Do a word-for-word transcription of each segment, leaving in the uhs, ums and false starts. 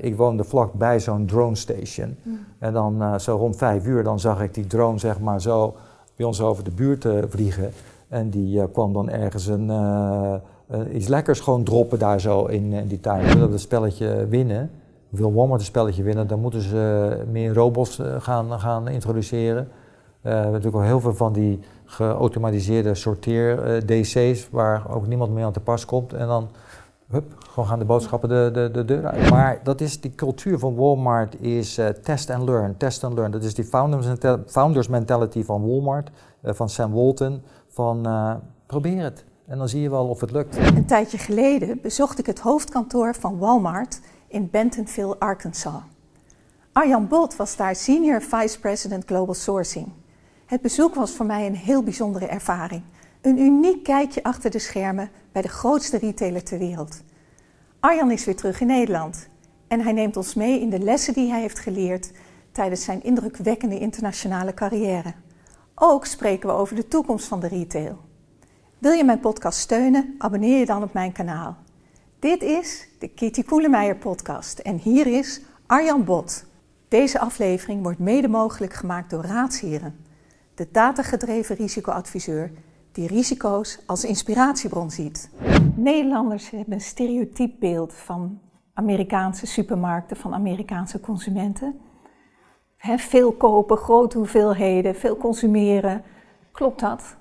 ik woonde vlakbij zo'n drone station. Mm. En dan uh, zo rond vijf uur dan zag ik die drone zeg maar zo bij ons over de buurt uh, vliegen. En die uh, kwam dan ergens een, uh, uh, iets lekkers gewoon droppen daar zo in, in die tuin. Willen we het spelletje winnen, wil Walmart het spelletje winnen, dan moeten ze uh, meer robots uh, gaan, gaan introduceren. Uh, we hebben natuurlijk al heel veel van die geautomatiseerde sorteer-D C's waar ook niemand meer aan te pas komt. En dan hup, gewoon gaan de boodschappen de, de, de deur uit. Maar dat is die cultuur van Walmart is uh, test and learn, test and learn. Dat is die founders, founders mentality van Walmart, uh, van Sam Walton, van uh, probeer het en dan zie je wel of het lukt. Een tijdje geleden bezocht ik het hoofdkantoor van Walmart in Bentonville, Arkansas. Arjan Bot was daar Senior Vice President Global Sourcing. Het bezoek was voor mij een heel bijzondere ervaring. Een uniek kijkje achter de schermen bij de grootste retailer ter wereld. Arjan is weer terug in Nederland en hij neemt ons mee in de lessen die hij heeft geleerd tijdens zijn indrukwekkende internationale carrière. Ook spreken we over de toekomst van de retail. Wil je mijn podcast steunen? Abonneer je dan op mijn kanaal. Dit is de Kitty Koelemeijer podcast en hier is Arjan Bot. Deze aflevering wordt mede mogelijk gemaakt door Raadsheren, de datagedreven risicoadviseur die risico's als inspiratiebron ziet. Nederlanders hebben een stereotyp beeld van Amerikaanse supermarkten, van Amerikaanse consumenten. He, veel kopen, grote hoeveelheden, veel consumeren. Klopt dat?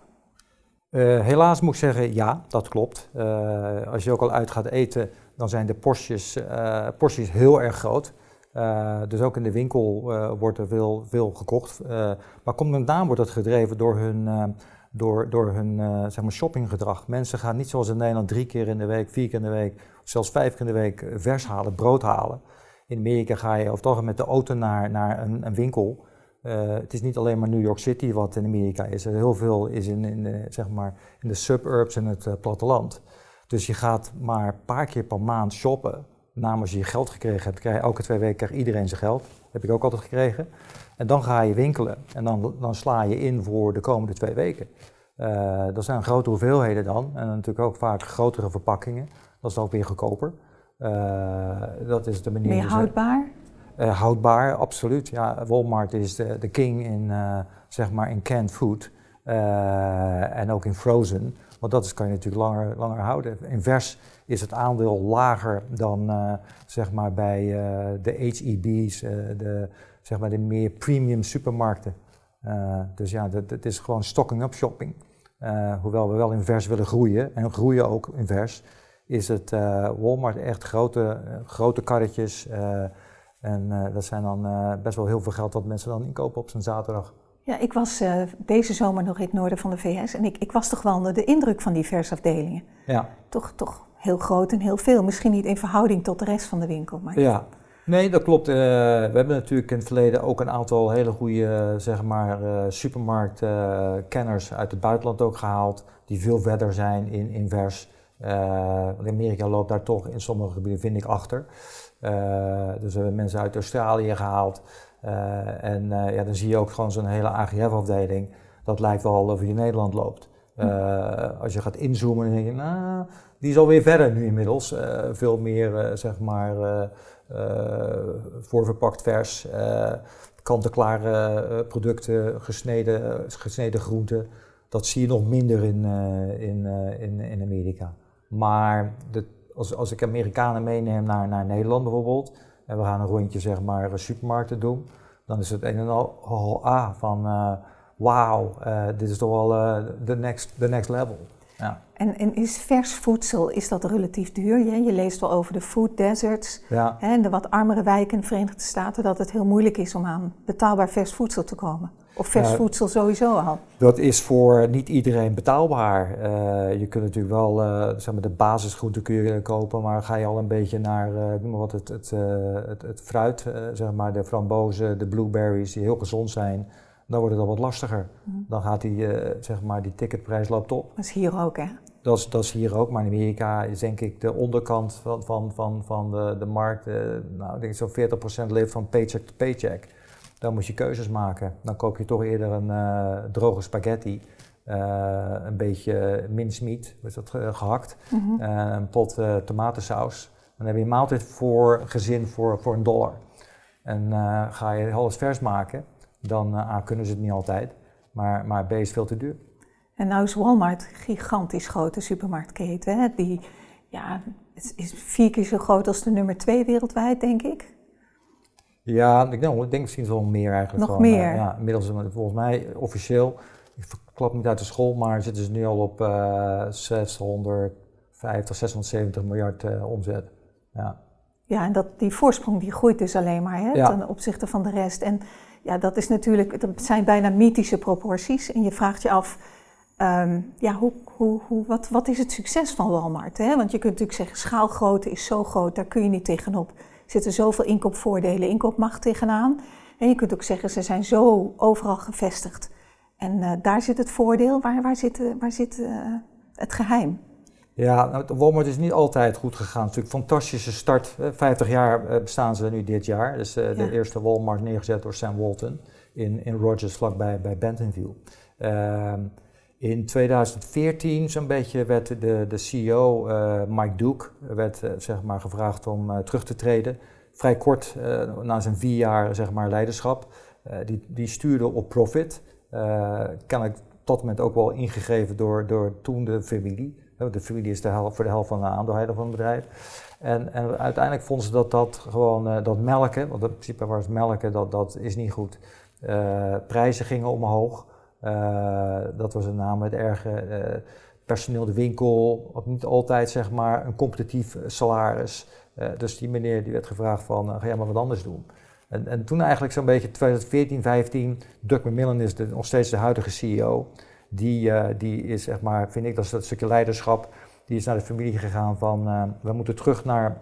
Uh, helaas moet ik zeggen, ja, dat klopt. Uh, als je ook al uit gaat eten, dan zijn de porties, uh, porties heel erg groot. Uh, dus ook in de winkel uh, wordt er veel, veel gekocht. Uh, maar komt met name wordt dat gedreven door hun, uh, door, door hun uh, zeg maar shoppinggedrag. Mensen gaan niet zoals in Nederland drie keer in de week, vier keer in de week, of zelfs vijf keer in de week vers halen, brood halen. In Amerika ga je over het algemeen met de auto naar, naar een, een winkel. Uh, het is niet alleen maar New York City wat in Amerika is. Er heel veel is in, in, de, zeg maar, in de suburbs en het uh, platteland. Dus je gaat maar een paar keer per maand shoppen. Namelijk als je je geld gekregen hebt, krijg je elke twee weken krijgt iedereen zijn geld. Dat heb ik ook altijd gekregen. En dan ga je winkelen en dan, dan sla je in voor de komende twee weken. Uh, dat zijn grote hoeveelheden dan en natuurlijk ook vaak grotere verpakkingen. Dat is ook weer goedkoper. Uh, dat is de manier. Meer houdbaar? Uh, houdbaar, absoluut. Ja, Walmart is de, de king in, uh, zeg maar in canned food uh, en ook in frozen. Want dat is, kan je natuurlijk langer, langer houden. In vers is het aandeel lager dan uh, zeg maar bij uh, de H E B's, uh, de, zeg maar de meer premium supermarkten. Uh, dus ja, het is gewoon stocking up shopping. Uh, hoewel we wel in vers willen groeien en groeien ook in vers, is het uh, Walmart echt grote, uh, grote karretjes. Uh, en uh, dat zijn dan uh, best wel heel veel geld wat mensen dan inkopen op zo'n zaterdag. Ja, ik was uh, deze zomer nog in het noorden van de V S en ik, ik was toch wel onder de indruk van die versafdelingen. Ja. Toch, toch heel groot en heel veel. Misschien niet in verhouding tot de rest van de winkel. Maar ja, nee, dat klopt. Uh, we hebben natuurlijk in het verleden ook een aantal hele goede uh, zeg maar, uh, supermarktkenners uh, uit het buitenland ook gehaald. Die veel verder zijn in, in vers. Uh, want Amerika loopt daar toch in sommige gebieden, vind ik, achter. Uh, dus we hebben mensen uit Australië gehaald. Uh, en uh, ja, dan zie je ook gewoon zo'n hele A G F-afdeling. Dat lijkt wel of je in Nederland loopt. Uh, als je gaat inzoomen, dan denk je, nou, die is alweer verder nu inmiddels. Uh, veel meer, uh, zeg maar, uh, uh, voorverpakt vers, uh, kant-en-klare uh, producten, gesneden, uh, gesneden groenten. Dat zie je nog minder in, uh, in, uh, in, in Amerika. Maar de, als, als ik Amerikanen meeneem naar, naar Nederland bijvoorbeeld, en we gaan een rondje, zeg maar, supermarkten doen, dan is het een en al oh, ah, van uh, wauw, uh, dit is toch wel de uh, next, the next level. Ja. En, en is vers voedsel, is dat relatief duur? Je, je leest wel over de food deserts, ja. hè, en de wat armere wijken in de Verenigde Staten, dat het heel moeilijk is om aan betaalbaar vers voedsel te komen. Of vers ja, voedsel sowieso al. Dat is voor niet iedereen betaalbaar. Uh, je kunt natuurlijk wel, uh, zeg maar, de basisgroenten kun je kopen, maar ga je al een beetje naar, uh, noem maar wat, het, het, uh, het, het fruit, uh, zeg maar, de frambozen, de blueberries die heel gezond zijn, dan wordt het al wat lastiger. Mm. Dan gaat die, uh, zeg maar, die ticketprijs loopt op. Dat is hier ook, hè? Dat is, dat is hier ook, maar in Amerika is denk ik de onderkant van, van, van, van de, de markt, uh, nou, ik denk zo'n veertig procent leeft van paycheck to paycheck. Dan moet je keuzes maken. Dan koop je toch eerder een uh, droge spaghetti, uh, een beetje mincemeat, is dat uh, gehakt, mm-hmm. uh, een pot uh, tomatensaus, Dan heb je een maaltijd voor gezin voor, voor een dollar. En uh, ga je alles vers maken, dan uh, A, kunnen ze het niet altijd, maar, maar B, is het veel te duur. En nou is Walmart een gigantisch grote supermarktketen. Hè? Die ja, het is vier keer zo groot als de nummer twee wereldwijd, denk ik. Ja, ik denk, ik denk misschien wel meer eigenlijk. Nog gewoon, meer? Uh, ja, inmiddels volgens mij officieel, ik klap niet uit de school, maar zitten ze nu al op uh, zeshonderdvijftig, zeshonderdzeventig miljard uh, omzet. Ja. Ja, en dat, die voorsprong die groeit dus alleen maar hè, ja. ten opzichte van de rest. En ja, dat is natuurlijk, dat zijn bijna mythische proporties. En je vraagt je af, um, ja, hoe, hoe, hoe, wat, wat is het succes van Walmart? Hè? Want je kunt natuurlijk zeggen, schaalgrootte is zo groot, daar kun je niet tegenop. Er zitten zoveel inkoopvoordelen, inkoopmacht tegenaan. En je kunt ook zeggen, ze zijn zo overal gevestigd. En uh, daar zit het voordeel, waar, waar zit, waar zit uh, het geheim? Ja, nou, Walmart is niet altijd goed gegaan. Het is natuurlijk een fantastische start. vijftig jaar bestaan ze nu dit jaar. Dus uh, ja. de eerste Walmart neergezet door Sam Walton in, in Rogers, vlakbij bij Bentonville. Uh, in tweeduizend veertien zo'n beetje werd de, de C E O, uh, Mike Duke, werd, uh, zeg maar, gevraagd om uh, terug te treden. Vrij kort uh, na zijn vier jaar, zeg maar, leiderschap. Uh, die, die stuurde op profit. Uh, kennelijk tot het moment ook wel ingegeven door, door toen de familie. De familie is de helft, voor de helft van de aandeelhouder van het bedrijf. En, en uiteindelijk vonden ze dat dat gewoon, uh, dat melken, want in principe was melken, dat, dat is niet goed. Uh, prijzen gingen omhoog. Uh, dat was een naam met erge uh, personeel de winkel, had niet altijd, zeg maar, een competitief salaris. Uh, dus die meneer die werd gevraagd van, uh, ga jij maar wat anders doen. En, en toen eigenlijk zo'n beetje tweeduizend veertien, vijftien, Doug McMillon is de, nog steeds de huidige C E O. Die, uh, die is, zeg maar, vind ik, dat is dat stukje leiderschap, die is naar de familie gegaan van, uh, we moeten terug naar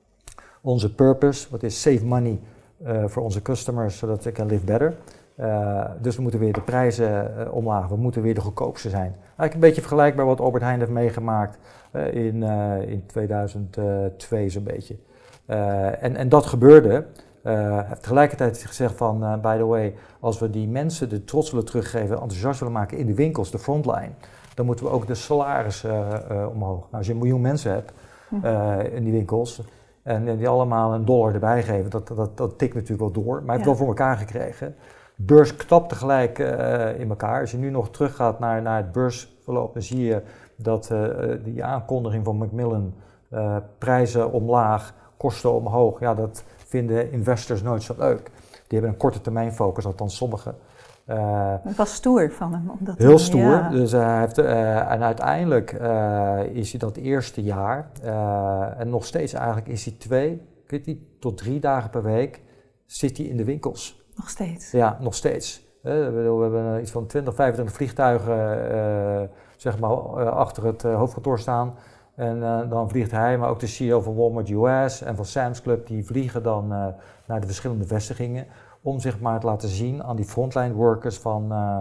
onze purpose, wat is save money uh, voor onze customers, zodat they can live better. Uh, dus we moeten weer de prijzen uh, omlaag, we moeten weer de goedkoopste zijn. Eigenlijk een beetje vergelijkbaar wat Albert Heijn heeft meegemaakt uh, in, uh, in tweeduizend twee zo'n beetje. Uh, en, en dat gebeurde. Uh, heeft tegelijkertijd gezegd van, uh, by the way, als we die mensen de trots willen teruggeven, enthousiast willen maken in de winkels, de frontline, dan moeten we ook de salarissen uh, uh, omhoog. Nou, als je een miljoen mensen hebt uh, in die winkels en, en die allemaal een dollar erbij geven, dat, dat, dat tikt natuurlijk wel door, maar hij heeft ja. wel voor elkaar gekregen. De beurs knapt tegelijk uh, in elkaar. Als je nu nog teruggaat naar, naar het beursverloop, dan zie je dat uh, die aankondiging van McMillon, uh, prijzen omlaag, kosten omhoog, ja, dat vinden investors nooit zo leuk. Die hebben een korte termijn focus, althans sommigen. Uh, het was stoer van hem. Omdat heel hij, stoer. Ja. Dus, uh, hij heeft, uh, en uiteindelijk uh, is hij dat eerste jaar, uh, en nog steeds eigenlijk is hij twee, weet je, tot drie dagen per week, zit hij in de winkels. Nog steeds? Ja, nog steeds. Uh, we, we hebben iets van twintig, vijfentwintig vliegtuigen uh, zeg maar, uh, achter het uh, hoofdkantoor staan. En uh, dan vliegt hij, maar ook de C E O van Walmart U S en van Sam's Club, die vliegen dan uh, naar de verschillende vestigingen om zich maar te laten zien aan die frontline workers van uh,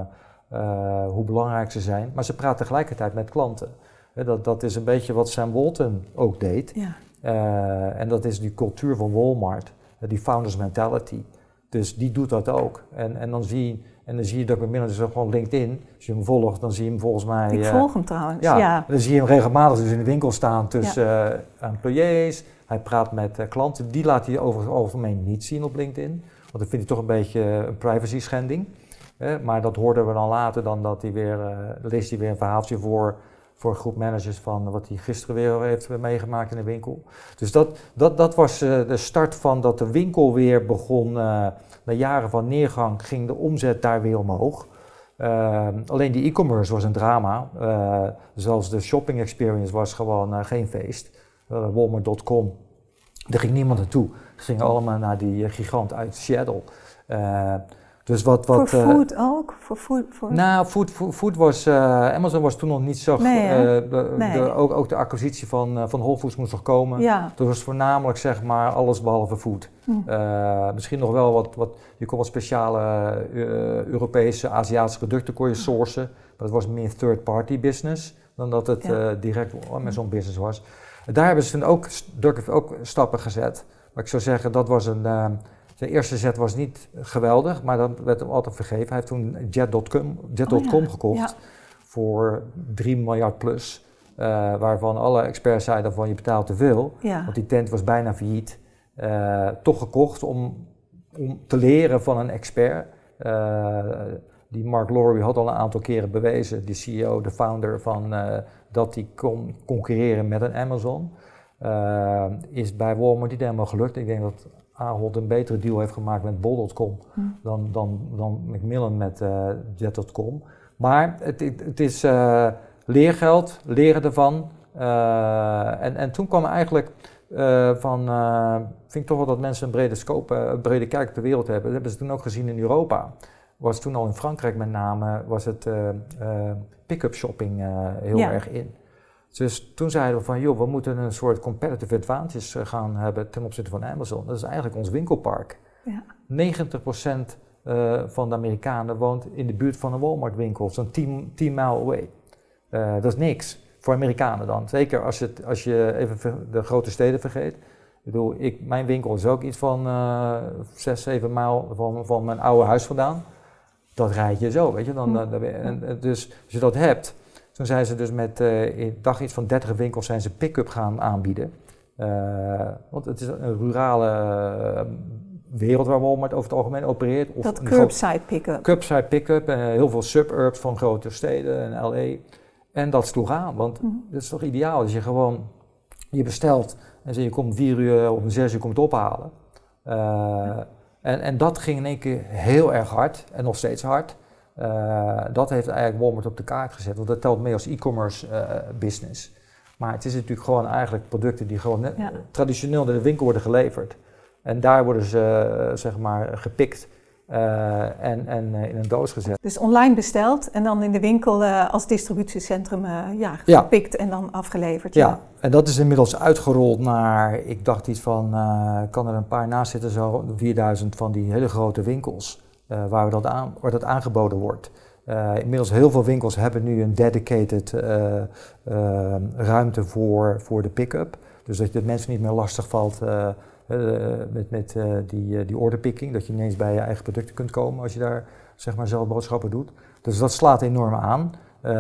uh, hoe belangrijk ze zijn. Maar ze praten tegelijkertijd met klanten. Uh, dat, dat is een beetje wat Sam Walton ook deed. Ja. Uh, en dat is die cultuur van Walmart, uh, die founders mentality. Dus die doet dat ook. En, en dan zie je... En dan zie je dat McMillon dus gewoon LinkedIn, als je hem volgt, dan zie je hem volgens mij... Ik uh, volg hem trouwens, ja. ja. Dan zie je hem regelmatig dus in de winkel staan tussen ja. uh, employees. Hij praat met uh, klanten, die laat hij over het algemeen niet zien op LinkedIn. Want dat vindt hij toch een beetje een privacy schending. Uh, maar dat hoorden we dan later, dan dat hij weer, uh, leest hij weer een verhaaltje voor... voor een groep managers van wat hij gisteren weer heeft meegemaakt in de winkel. Dus dat, dat, dat was uh, de start van dat de winkel weer begon. Uh, na jaren van neergang ging de omzet daar weer omhoog. Uh, alleen die e-commerce was een drama. Uh, zelfs de shopping experience was gewoon uh, geen feest. Uh, Walmart punt com, daar ging niemand naartoe. Ze gingen allemaal naar die uh, gigant uit Seattle. Uh, Dus wat, wat, voor food uh, ook? Voor food, voor... Nou, food, food, food was, uh, Amazon was toen nog niet zo, nee, uh, de, nee. de, ook, ook de acquisitie van, uh, van Whole Foods moest nog komen. Ja. Dat was voornamelijk, zeg maar, alles behalve food. Hm. Uh, misschien nog wel wat, wat, je kon wat speciale uh, Europese, Aziatische producten kon je sourcen, maar het was meer third-party business dan dat het ja. uh, direct Amazon hm. business was. Daar hebben ze toen ook, ook stappen gezet, maar ik zou zeggen, dat was een... Uh, Zijn eerste zet was niet geweldig, maar dat werd hem altijd vergeven. Hij heeft toen Jet punt com oh ja, gekocht ja. voor drie miljard plus. uh, waarvan alle experts zeiden van je betaalt te veel, ja. want die tent was bijna failliet, uh, toch gekocht om, om te leren van een expert. Uh, die Mark Lowry had al een aantal keren bewezen, die C E O, de founder, van, uh, dat hij kon concurreren met een Amazon. Uh, is bij Walmart niet helemaal gelukt. Ik denk dat Ahold een betere deal heeft gemaakt met bol punt com hm. dan, dan, dan Macmillan met uh, jet punt com. Maar het, het, het is uh, leergeld, leren ervan. Uh, en, en toen kwam er eigenlijk uh, van, uh, vind ik toch wel dat mensen een brede scope, een brede kijk op de wereld hebben. Dat hebben ze toen ook gezien in Europa. Was toen al in Frankrijk met name, was het uh, uh, pick-up shopping uh, heel ja. erg in. Dus toen zeiden we van, joh, we moeten een soort competitive advantage gaan hebben ten opzichte van Amazon. Dat is eigenlijk ons winkelpark. Ja. negentig procent uh, van de Amerikanen woont in de buurt van een Walmart winkel, zo'n tien mile away. Uh, dat is niks, voor Amerikanen dan. Zeker als je, het, als je even de grote steden vergeet. Ik bedoel, ik, mijn winkel is ook iets van uh, zes, zeven mijl van, van mijn oude huis vandaan. Dat rijd je zo, weet je. Dan, hm. uh, en, dus als je dat hebt, toen zijn ze dus met, uh, ik dacht iets van dertig winkels zijn ze pick-up gaan aanbieden. Uh, want het is een rurale uh, wereld waar Walmart over het algemeen opereert. Of dat curbside pick-up. Curbside pick-up, uh, heel veel suburbs van grote steden en L A. En dat sloeg aan, want hm. dat is toch ideaal als je gewoon, je bestelt en je komt vier uur of om zes uur komt het ophalen. Uh, ja. En, en dat ging in één keer heel erg hard en nog steeds hard. Uh, dat heeft eigenlijk Walmart op de kaart gezet, want dat telt mee als e-commerce uh, business. Maar het is natuurlijk gewoon eigenlijk producten die gewoon net, ja. traditioneel in de winkel worden geleverd. En daar worden ze uh, zeg maar gepikt uh, en, en uh, in een doos gezet. Dus online besteld en dan in de winkel uh, als distributiecentrum uh, ja, gepikt ja. en dan afgeleverd. Ja. ja, en dat is inmiddels uitgerold naar, ik dacht iets van, uh, kan er een paar naast zitten, zo vierduizend van die hele grote winkels. Uh, waar, dat aan, waar dat aangeboden wordt. Uh, inmiddels heel veel winkels hebben nu een dedicated uh, uh, ruimte voor, voor de pick-up. Dus dat je de mensen niet meer lastig valt uh, uh, met, met uh, die, uh, die orderpicking. Dat je ineens bij je eigen producten kunt komen als je daar zeg maar, zelf boodschappen doet. Dus dat slaat enorm aan.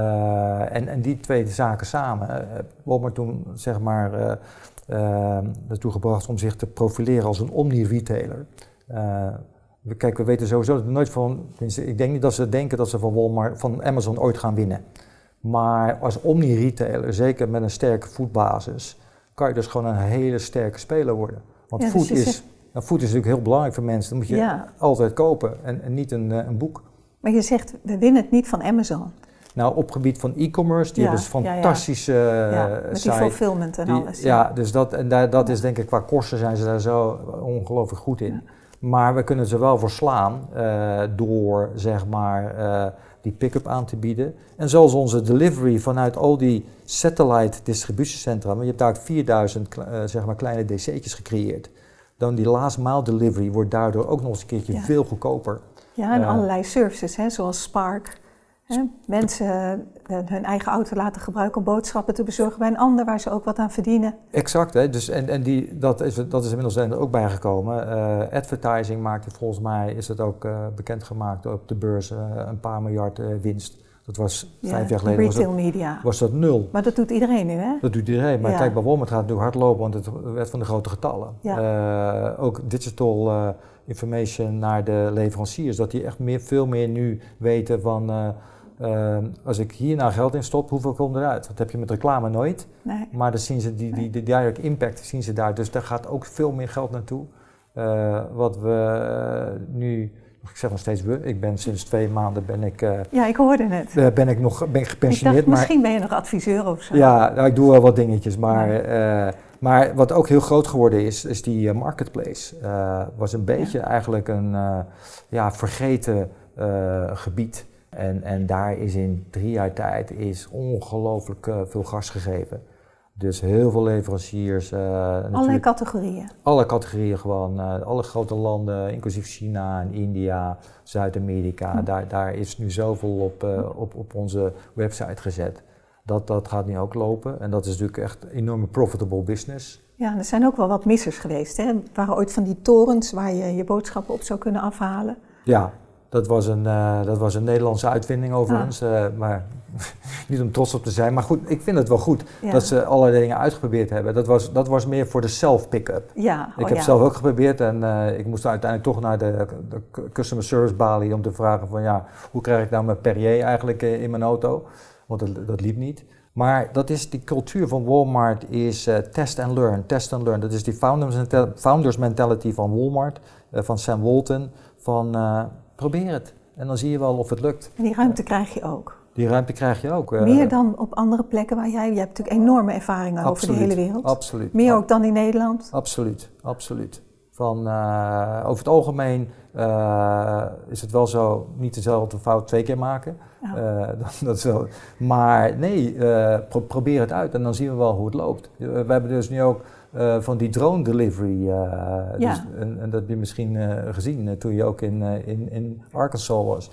Uh, en, en die twee zaken samen uh, Walmart toen zeg maar uh, uh, ertoe gebracht om zich te profileren als een omni-retailer. Uh, Kijk, we weten sowieso dat we nooit van, ik denk niet dat ze denken dat ze van Walmart, van Amazon ooit gaan winnen. Maar als omni-retailer, zeker met een sterke foodbasis, kan je dus gewoon een hele sterke speler worden. Want ja, food, dus is, zegt... nou, food is natuurlijk heel belangrijk voor mensen, dat moet je ja. altijd kopen en, en niet een, een boek. Maar je zegt, we winnen het niet van Amazon. Nou, op gebied van e-commerce, die ja, hebben dus fantastische ja, ja. Ja, met site. die fulfillment en die, alles. Ja, ja dus dat, en daar, dat ja. is denk ik, qua kosten zijn ze daar zo ongelooflijk goed in. Ja. Maar we kunnen ze wel verslaan uh, door zeg maar uh, die pick-up aan te bieden. En zoals onze delivery vanuit al die satellite distributiecentra, maar je hebt daar ook vierduizend uh, zeg maar kleine D C'tjes gecreëerd. Dan die last mile delivery wordt daardoor ook nog eens een keertje ja. veel goedkoper. Ja, en uh, allerlei services, hè, zoals Spark. Hè, mensen uh, hun eigen auto laten gebruiken om boodschappen te bezorgen bij een ander waar ze ook wat aan verdienen. Exact, hè? Dus, en, en die, dat, is, dat is inmiddels er ook bijgekomen. Uh, advertising maakte volgens mij, is het ook uh, bekendgemaakt op de beurs, uh, een paar miljard uh, winst. Dat was ja, vijf jaar geleden retail was dat, media. was dat nul. Maar dat doet iedereen nu, hè? Dat doet iedereen, maar ja. kijk, bij Walmart gaat het natuurlijk hard lopen, want het werd van de grote getallen. Ja. Uh, ook digital uh, information naar de leveranciers, dat die echt meer, veel meer nu weten van... Uh, Uh, als ik hier nou geld in stop, hoeveel komt eruit? Dat heb je met reclame nooit. Nee. Maar dan zien ze die, die, die direct impact zien ze daar. Dus daar gaat ook veel meer geld naartoe. Uh, wat we uh, nu, ik zeg nog steeds we, ik ben sinds twee maanden ben ik... Uh, ja, ik hoorde het. Uh, ben ik nog ben ik gepensioneerd. Ik dacht, misschien maar, ben je nog adviseur of zo. Ja, nou, ik doe wel wat dingetjes. Maar, nee. uh, maar wat ook heel groot geworden is, is die uh, marketplace. Uh, was een beetje ja. eigenlijk een uh, ja, vergeten uh, gebied. En, en daar is in drie jaar tijd is ongelooflijk uh, veel gas gegeven. Dus heel veel leveranciers. Uh, alle categorieën? Alle categorieën gewoon. Uh, alle grote landen, inclusief China en India, Zuid-Amerika. Hm. Daar, daar is nu zoveel op, uh, op, op onze website gezet. Dat, dat gaat nu ook lopen. En dat is natuurlijk echt een enorme profitable business. Ja, er zijn ook wel wat missers geweest. Hè? Er waren ooit van die torens waar je je boodschappen op zou kunnen afhalen. Ja. Dat was een, uh, dat was een Nederlandse uitvinding overigens, ah. uh, maar niet om trots op te zijn. Maar goed, ik vind het wel goed ja. dat ze allerlei dingen uitgeprobeerd hebben. Dat was, dat was meer voor de self-pick-up. Ja, ik oh, heb ja. zelf ook geprobeerd en uh, ik moest uiteindelijk toch naar de, de customer service balie om te vragen van ja, hoe krijg ik nou mijn Perrier eigenlijk uh, in mijn auto? Want dat, dat liep niet. Maar dat is die cultuur van Walmart is uh, test and learn, test and learn. Dat is die founders, founders mentality van Walmart, uh, van Sam Walton, van uh, probeer het. En dan zie je wel of het lukt. En die ruimte krijg je ook. Die ruimte krijg je ook. Uh, Meer dan op andere plekken waar jij... Je hebt natuurlijk enorme ervaringen absoluut, over de hele wereld. Absoluut. Meer ook dan in Nederland? Absoluut, absoluut. Van, uh, over het algemeen uh, is het wel zo, niet dezelfde fout twee keer maken. Oh. Uh, dat, dat is wel, maar nee, uh, pro probeer het uit en dan zien we wel hoe het loopt. Uh, we hebben dus nu ook uh, van die drone delivery, uh, ja. dus, en, en dat heb je misschien uh, gezien uh, toen je ook in, uh, in, in Arkansas was.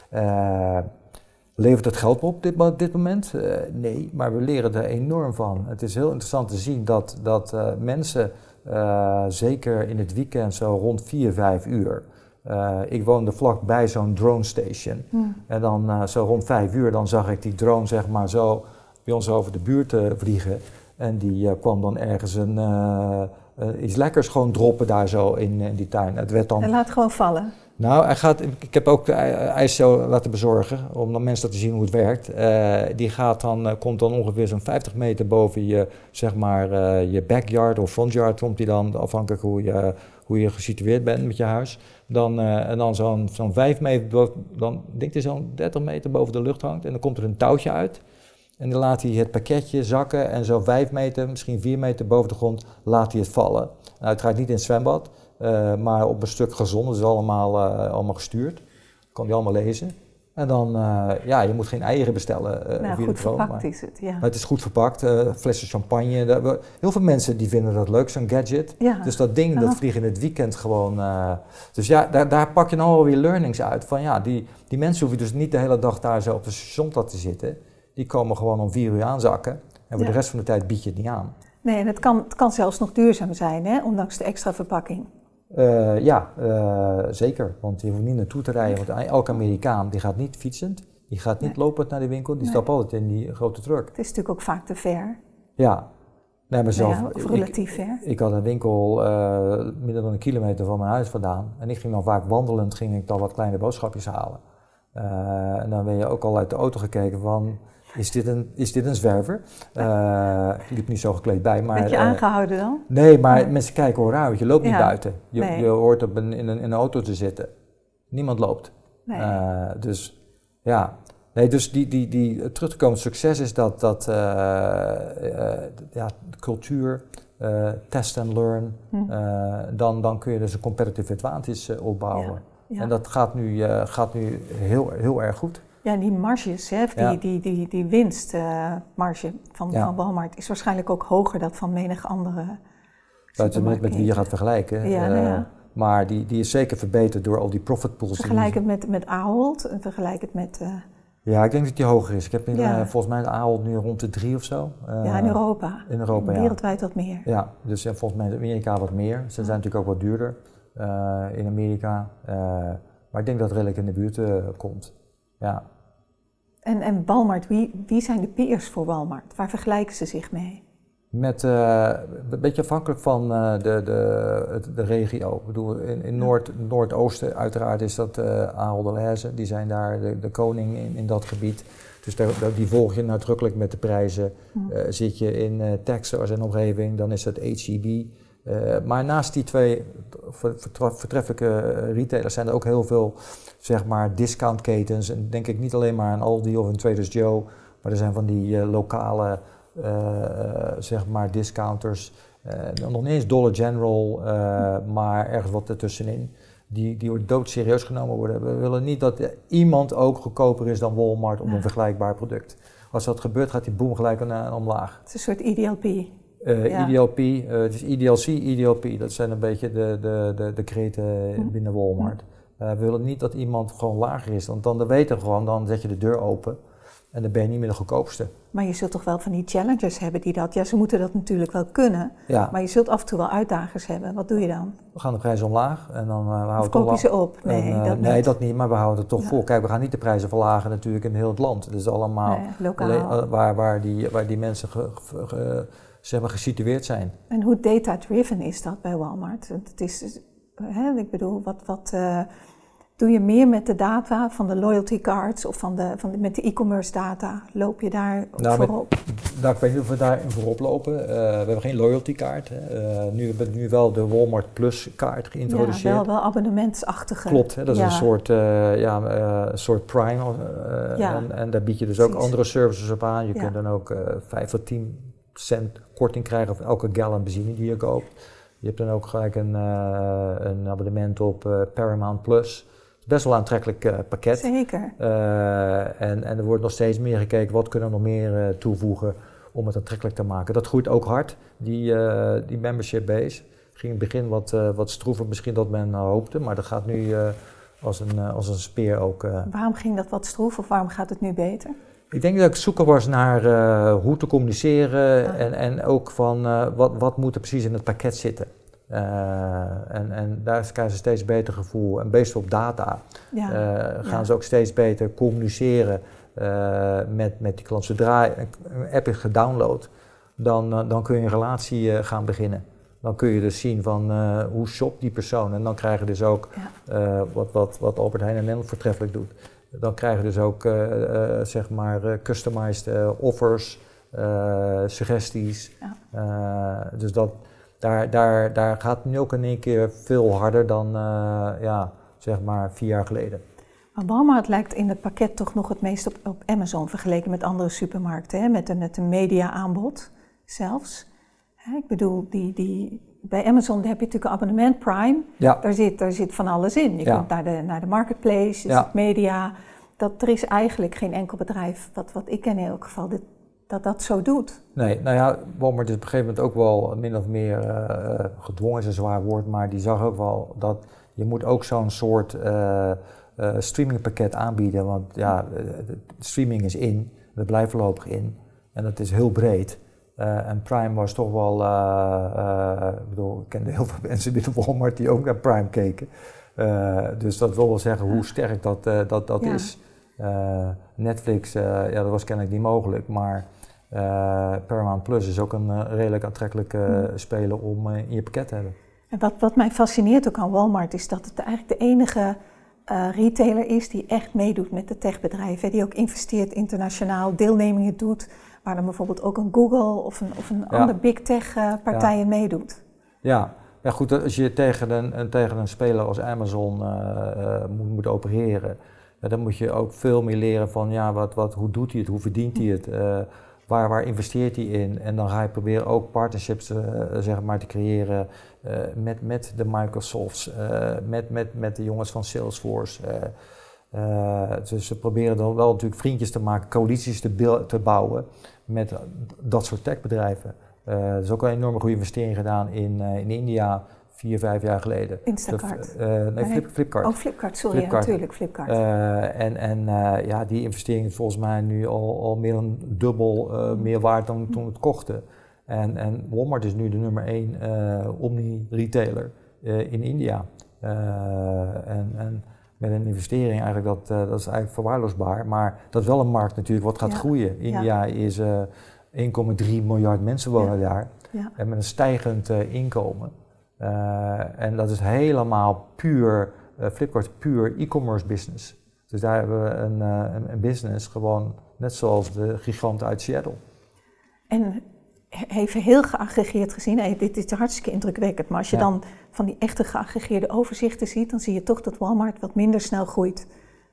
Uh, Levert het geld op dit, dit moment? Uh, nee, maar we leren er enorm van. Het is heel interessant te zien dat, dat uh, mensen, uh, zeker in het weekend zo rond vier, vijf uur... Uh, ik woonde vlakbij zo'n drone station. Hmm. En dan uh, zo rond vijf uur dan zag ik die drone zeg maar zo bij ons over de buurt uh, vliegen. En die uh, kwam dan ergens een, uh, uh, iets lekkers gewoon droppen daar zo in, in die tuin. Het werd dan... En laat gewoon vallen. Nou, hij gaat, ik heb ook de ijscel laten bezorgen, om dan mensen te zien hoe het werkt. Uh, die gaat dan, uh, komt dan ongeveer zo'n vijftig meter boven je, zeg maar, uh, je backyard of frontyard, komt hij dan, afhankelijk hoe je, hoe je gesitueerd bent met je huis. Dan, uh, en dan zo'n zo'n vijf meter, dan denk ik zo'n dertig meter boven de lucht hangt en dan komt er een touwtje uit. En dan laat hij het pakketje zakken en zo vijf meter, misschien vier meter boven de grond, laat hij het vallen. Nou, uiteraard niet in het zwembad. Uh, maar op een stuk gezond, dat is allemaal, uh, allemaal gestuurd. Kan je allemaal lezen. En dan, uh, ja, je moet geen eieren bestellen. Uh, nou, via goed de drone, verpakt maar, is het, ja. Maar het is goed verpakt, uh, flessen champagne. Dat, we, heel veel mensen die vinden dat leuk, zo'n gadget. Ja. Dus dat ding, dat vliegt in het weekend gewoon. Uh, dus ja, daar, daar pak je dan alweer learnings uit. Van ja, die, die mensen hoeven dus niet de hele dag daar zo op de station te zitten. Die komen gewoon om vier uur aanzakken. En voor ja. de rest van de tijd bied je het niet aan. Nee, en het kan, het kan zelfs nog duurzaam zijn, hè, ondanks de extra verpakking. Uh, ja, uh, zeker. Want je hoeft niet naartoe te rijden. Want elke Amerikaan die gaat niet fietsend. Die gaat niet nee. lopend naar de winkel. Die nee. stapt altijd in die grote truck. Het is natuurlijk ook vaak te ver. Ja. Nee, maar zelf, ja, of relatief ver. Ik, ik had een winkel uh, minder dan een kilometer van mijn huis vandaan. En ik ging dan vaak wandelend ging ik dan wat kleine boodschapjes halen. Uh, en dan ben je ook al uit de auto gekeken van... Is dit een, is dit een zwerver? Uh, ik liep niet zo gekleed bij, maar... Werd je uh, aangehouden dan? Nee, maar oh. mensen kijken wel raar, want je loopt niet ja. buiten. Je, nee. je hoort op een, in, een, in een auto te zitten. Niemand loopt. Nee. Uh, dus ja, nee, dus die, die, die terug te komen succes is dat, dat uh, uh, ja, de cultuur, uh, test and learn, hm. uh, dan, dan kun je dus een competitive advantage uh, opbouwen. Ja. Ja. En dat gaat nu, uh, gaat nu heel, heel erg goed. Ja, die marges, hè, die, ja. die, die, die winstmarge uh, van, ja. van Walmart is waarschijnlijk ook hoger dan van menig andere. Buiten met, met wie je gaat vergelijken. Ja, uh, nou ja. Maar die, die is zeker verbeterd door al die profit pools. Vergelijk het met, met Ahold en vergelijk het met... Uh, ja, ik denk dat die hoger is. Ik heb in, ja. uh, volgens mij de Ahold nu rond de drie of zo. Uh, ja, in Europa. In Europa, ja. Wereldwijd wat meer. Ja, dus ja, volgens mij in Amerika wat meer. Ze zijn ja. natuurlijk ook wat duurder uh, in Amerika. Uh, maar ik denk dat het redelijk in de buurt uh, komt. Ja. En, en Walmart, wie, wie zijn de peers voor Walmart? Waar vergelijken ze zich mee? Met, uh, een beetje afhankelijk van uh, de, de, de regio. Ik bedoel, in, in Noord, Noordoosten uiteraard is dat uh, Ahold Delhaize. Die zijn daar de, de koning in, in dat gebied. Dus daar, die volg je nadrukkelijk met de prijzen. Uh, zit je in uh, Texas en omgeving, dan is dat H E B. Uh, maar naast die twee vertreffelijke retailers zijn er ook heel veel, zeg maar, discountketens. En denk ik niet alleen maar aan Aldi of een Trader Joe, maar er zijn van die uh, lokale, uh, uh, zeg maar, discounters. Uh, nog niet eens Dollar General, uh, maar ergens wat ertussenin. Die, die doodserieus genomen worden. We willen niet dat iemand ook goedkoper is dan Walmart op ja. een vergelijkbaar product. Als dat gebeurt, gaat die boom gelijk uh, omlaag. Het is een soort I D L P. Uh, ja. I D L P, uh, het is I D L C, I D L P, dat zijn een beetje de, de, de, de kreten mm. binnen Walmart. Uh, we willen niet dat iemand gewoon lager is, want dan weten we gewoon, dan zet je de deur open. En dan ben je niet meer de goedkoopste. Maar je zult toch wel van die challengers hebben die dat... Ja, ze moeten dat natuurlijk wel kunnen. Ja. Maar je zult af en toe wel uitdagers hebben. Wat doe je dan? We gaan de prijzen omlaag en dan uh, we houden Of koop je ze op? Nee, en, uh, dat nee niet. dat niet, maar we houden het toch Ja. vol. Kijk, we gaan niet de prijzen verlagen natuurlijk in heel het land. Het is allemaal Nee, lokaal. le- waar, waar, die, waar die mensen ge, ge, ge, zeg maar gesitueerd zijn. En hoe data-driven is dat bij Walmart? Het is, hè, ik bedoel, wat... wat uh, doe je meer met de data van de loyalty cards of van de, van de, met de e-commerce data? Loop je daar nou, voorop? Met, nou, ik weet niet of we daarin voorop lopen. Uh, we hebben geen loyalty kaart. Hè. Uh, nu hebben we nu wel de Walmart Plus kaart geïntroduceerd. Ja, wel, wel abonnementsachtige. Klopt, hè, dat is ja. een soort, uh, ja, uh, een soort Prime. Uh, ja. en, en daar bied je dus Precies. ook andere services op aan. Je ja. kunt dan ook uh, vijf tot tien cent korting krijgen op elke gallon benzine die je koopt. Je hebt dan ook gelijk een, uh, een abonnement op uh, Paramount Plus. Best wel een aantrekkelijk uh, pakket. Zeker. Uh, en, en er wordt nog steeds meer gekeken, wat kunnen we nog meer uh, toevoegen om het aantrekkelijk te maken. Dat groeit ook hard, die, uh, die membership base. Ging in het begin wat, uh, wat stroever misschien dat men uh, hoopte, maar dat gaat nu uh, als, een, uh, als een speer ook. Uh. Waarom ging dat wat stroef of waarom gaat het nu beter? Ik denk dat ik zoeken was naar uh, hoe te communiceren ah. en, en ook van uh, wat, wat moet er precies in het pakket zitten. Uh, en, en daar krijgen ze steeds beter gevoel. En based op data ja, uh, gaan ja. ze ook steeds beter communiceren uh, met, met die klant. Zodra een app is gedownload, dan, uh, dan kun je een relatie uh, gaan beginnen. Dan kun je dus zien van uh, hoe shopt die persoon. En dan krijg je dus ook ja. uh, wat, wat, wat Albert Heijn en Nederland voortreffelijk doet. Dan krijg je dus ook uh, uh, zeg maar uh, customized uh, offers, uh, suggesties. Ja. Uh, dus dat... Daar, daar, daar gaat nu ook in één keer veel harder dan uh, ja, zeg maar vier jaar geleden. Maar Walmart lijkt in het pakket toch nog het meest op, op Amazon vergeleken met andere supermarkten. Hè? Met een, met een media aanbod zelfs. Hè? Ik bedoel, die, die, bij Amazon heb je natuurlijk een abonnement Prime. Ja. Daar, zit, daar zit van alles in. Je ja. kunt naar de, naar de marketplace, er ja. zit media. Dat, er is eigenlijk geen enkel bedrijf, wat, wat ik ken in elk geval, dit, dat dat zo doet. Nee, nou ja, Walmart is op een gegeven moment ook wel min of meer uh, gedwongen, is een zwaar woord, maar die zag ook wel dat je moet ook zo'n soort uh, uh, streamingpakket aanbieden, want ja, uh, streaming is in, dat blijft voorlopig in en dat is heel breed. Uh, en Prime was toch wel, uh, uh, ik bedoel, ik kende heel veel mensen binnen Walmart die ook naar Prime keken. Uh, dus dat wil wel zeggen hoe sterk dat, uh, dat, dat ja. is. Uh, Netflix, uh, ja, dat was kennelijk niet mogelijk, maar uh, Paramount Plus is ook een uh, redelijk aantrekkelijke uh, speler om uh, in je pakket te hebben. En wat, wat mij fascineert ook aan Walmart is dat het eigenlijk de enige uh, retailer is die echt meedoet met de techbedrijven. Die ook investeert internationaal, deelnemingen doet, waar dan bijvoorbeeld ook een Google of een, of een ja. ander big tech uh, partij in ja. meedoet. Ja. Ja goed, als je tegen een, een, tegen een speler als Amazon uh, uh, moet, moet opereren, ja, dan moet je ook veel meer leren van ja, wat, wat, hoe doet hij het, hoe verdient hij het, uh, waar, waar investeert hij in. En dan ga je proberen ook partnerships uh, zeg maar, te creëren uh, met, met de Microsofts, uh, met, met, met de jongens van Salesforce. Uh, uh, dus ze proberen dan wel natuurlijk vriendjes te maken, coalities te, bil- te bouwen met dat soort techbedrijven. Uh, er is ook een enorme goede investering gedaan in, uh, in India, vier, vijf jaar geleden. Instacart? De, uh, nee, Flip, Flipkart. Oh, Flipkart, sorry, Flipkart. Ja, natuurlijk, Flipkart. Uh, en en uh, ja, die investering is volgens mij nu al, al meer dan dubbel uh, meer waard dan toen we het kochten. En, en Walmart is nu de nummer één uh, omni-retailer uh, in India. Uh, en, en met een investering eigenlijk, dat, uh, dat is eigenlijk verwaarloosbaar. Maar dat is wel een markt natuurlijk wat gaat ja. groeien. India ja. is... Uh, één komma drie miljard mensen wonen ja. daar ja. en met een stijgend uh, inkomen. Uh, en dat is helemaal puur, uh, Flipkart puur e-commerce business. Dus daar hebben we een, uh, een, een business gewoon net zoals de giganten uit Seattle. En even heel geaggregeerd gezien, hey, dit is hartstikke indrukwekkend, maar als je ja. dan van die echte geaggregeerde overzichten ziet, dan zie je toch dat Walmart wat minder snel groeit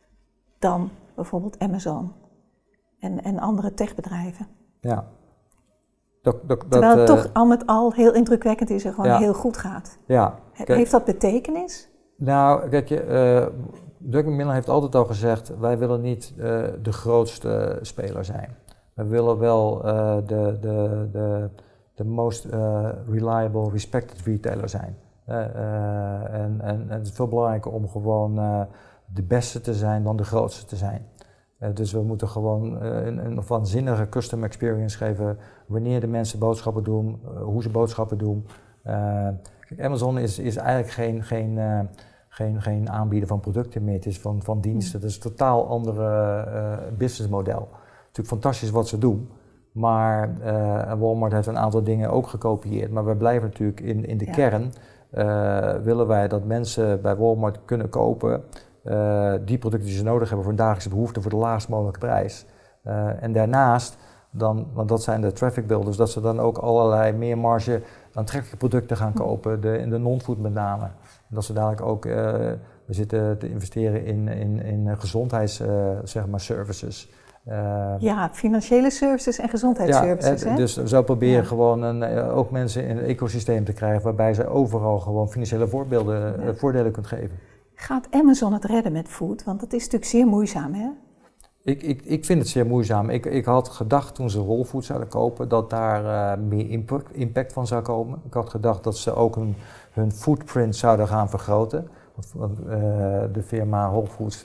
dan bijvoorbeeld Amazon en, en andere techbedrijven. Ja. Dat, dat, Terwijl het dat, toch uh, al met al heel indrukwekkend is en gewoon ja. heel goed gaat. Ja. He, heeft dat betekenis? Nou, kijk, uh, Dirk McMillan heeft altijd al gezegd, wij willen niet uh, de grootste speler zijn. We willen wel uh, de, de, de, de most uh, reliable, respected retailer zijn. Uh, uh, en, en, en het is veel belangrijker om gewoon uh, de beste te zijn dan de grootste te zijn. Uh, dus we moeten gewoon uh, een, een waanzinnige custom experience geven wanneer de mensen boodschappen doen, uh, hoe ze boodschappen doen. Uh, kijk, Amazon is, is eigenlijk geen, geen, uh, geen, geen aanbieder van producten meer, het is van, van diensten. Het is een totaal andere uh, businessmodel. Natuurlijk fantastisch wat ze doen, maar uh, Walmart heeft een aantal dingen ook gekopieerd. Maar we blijven natuurlijk in, in de ja. kern, uh, willen wij dat mensen bij Walmart kunnen kopen Uh, die producten die ze nodig hebben voor hun dagelijkse behoeften voor de laagst mogelijke prijs. Uh, en daarnaast, dan, want dat zijn de traffic builders, dat ze dan ook allerlei meer marge aantrekkelijke producten gaan kopen, de, in de non-food met name. En dat ze dadelijk ook, uh, we zitten te investeren in, in, in gezondheids, uh, zeg maar, services. Uh, ja, financiële services en gezondheidsservices. Ja, hè? Dus we zouden proberen ja. gewoon een, uh, ook mensen in een ecosysteem te krijgen waarbij ze overal gewoon financiële voorbeelden, ja. uh, voordelen kunt geven. Gaat Amazon het redden met food? Want dat is natuurlijk zeer moeizaam, hè? Ik, ik, ik vind het zeer moeizaam. Ik, ik had gedacht toen ze Whole Foods zouden kopen dat daar uh, meer impact, impact van zou komen. Ik had gedacht dat ze ook hun, hun footprint zouden gaan vergroten. Want uh, de firma Whole Foods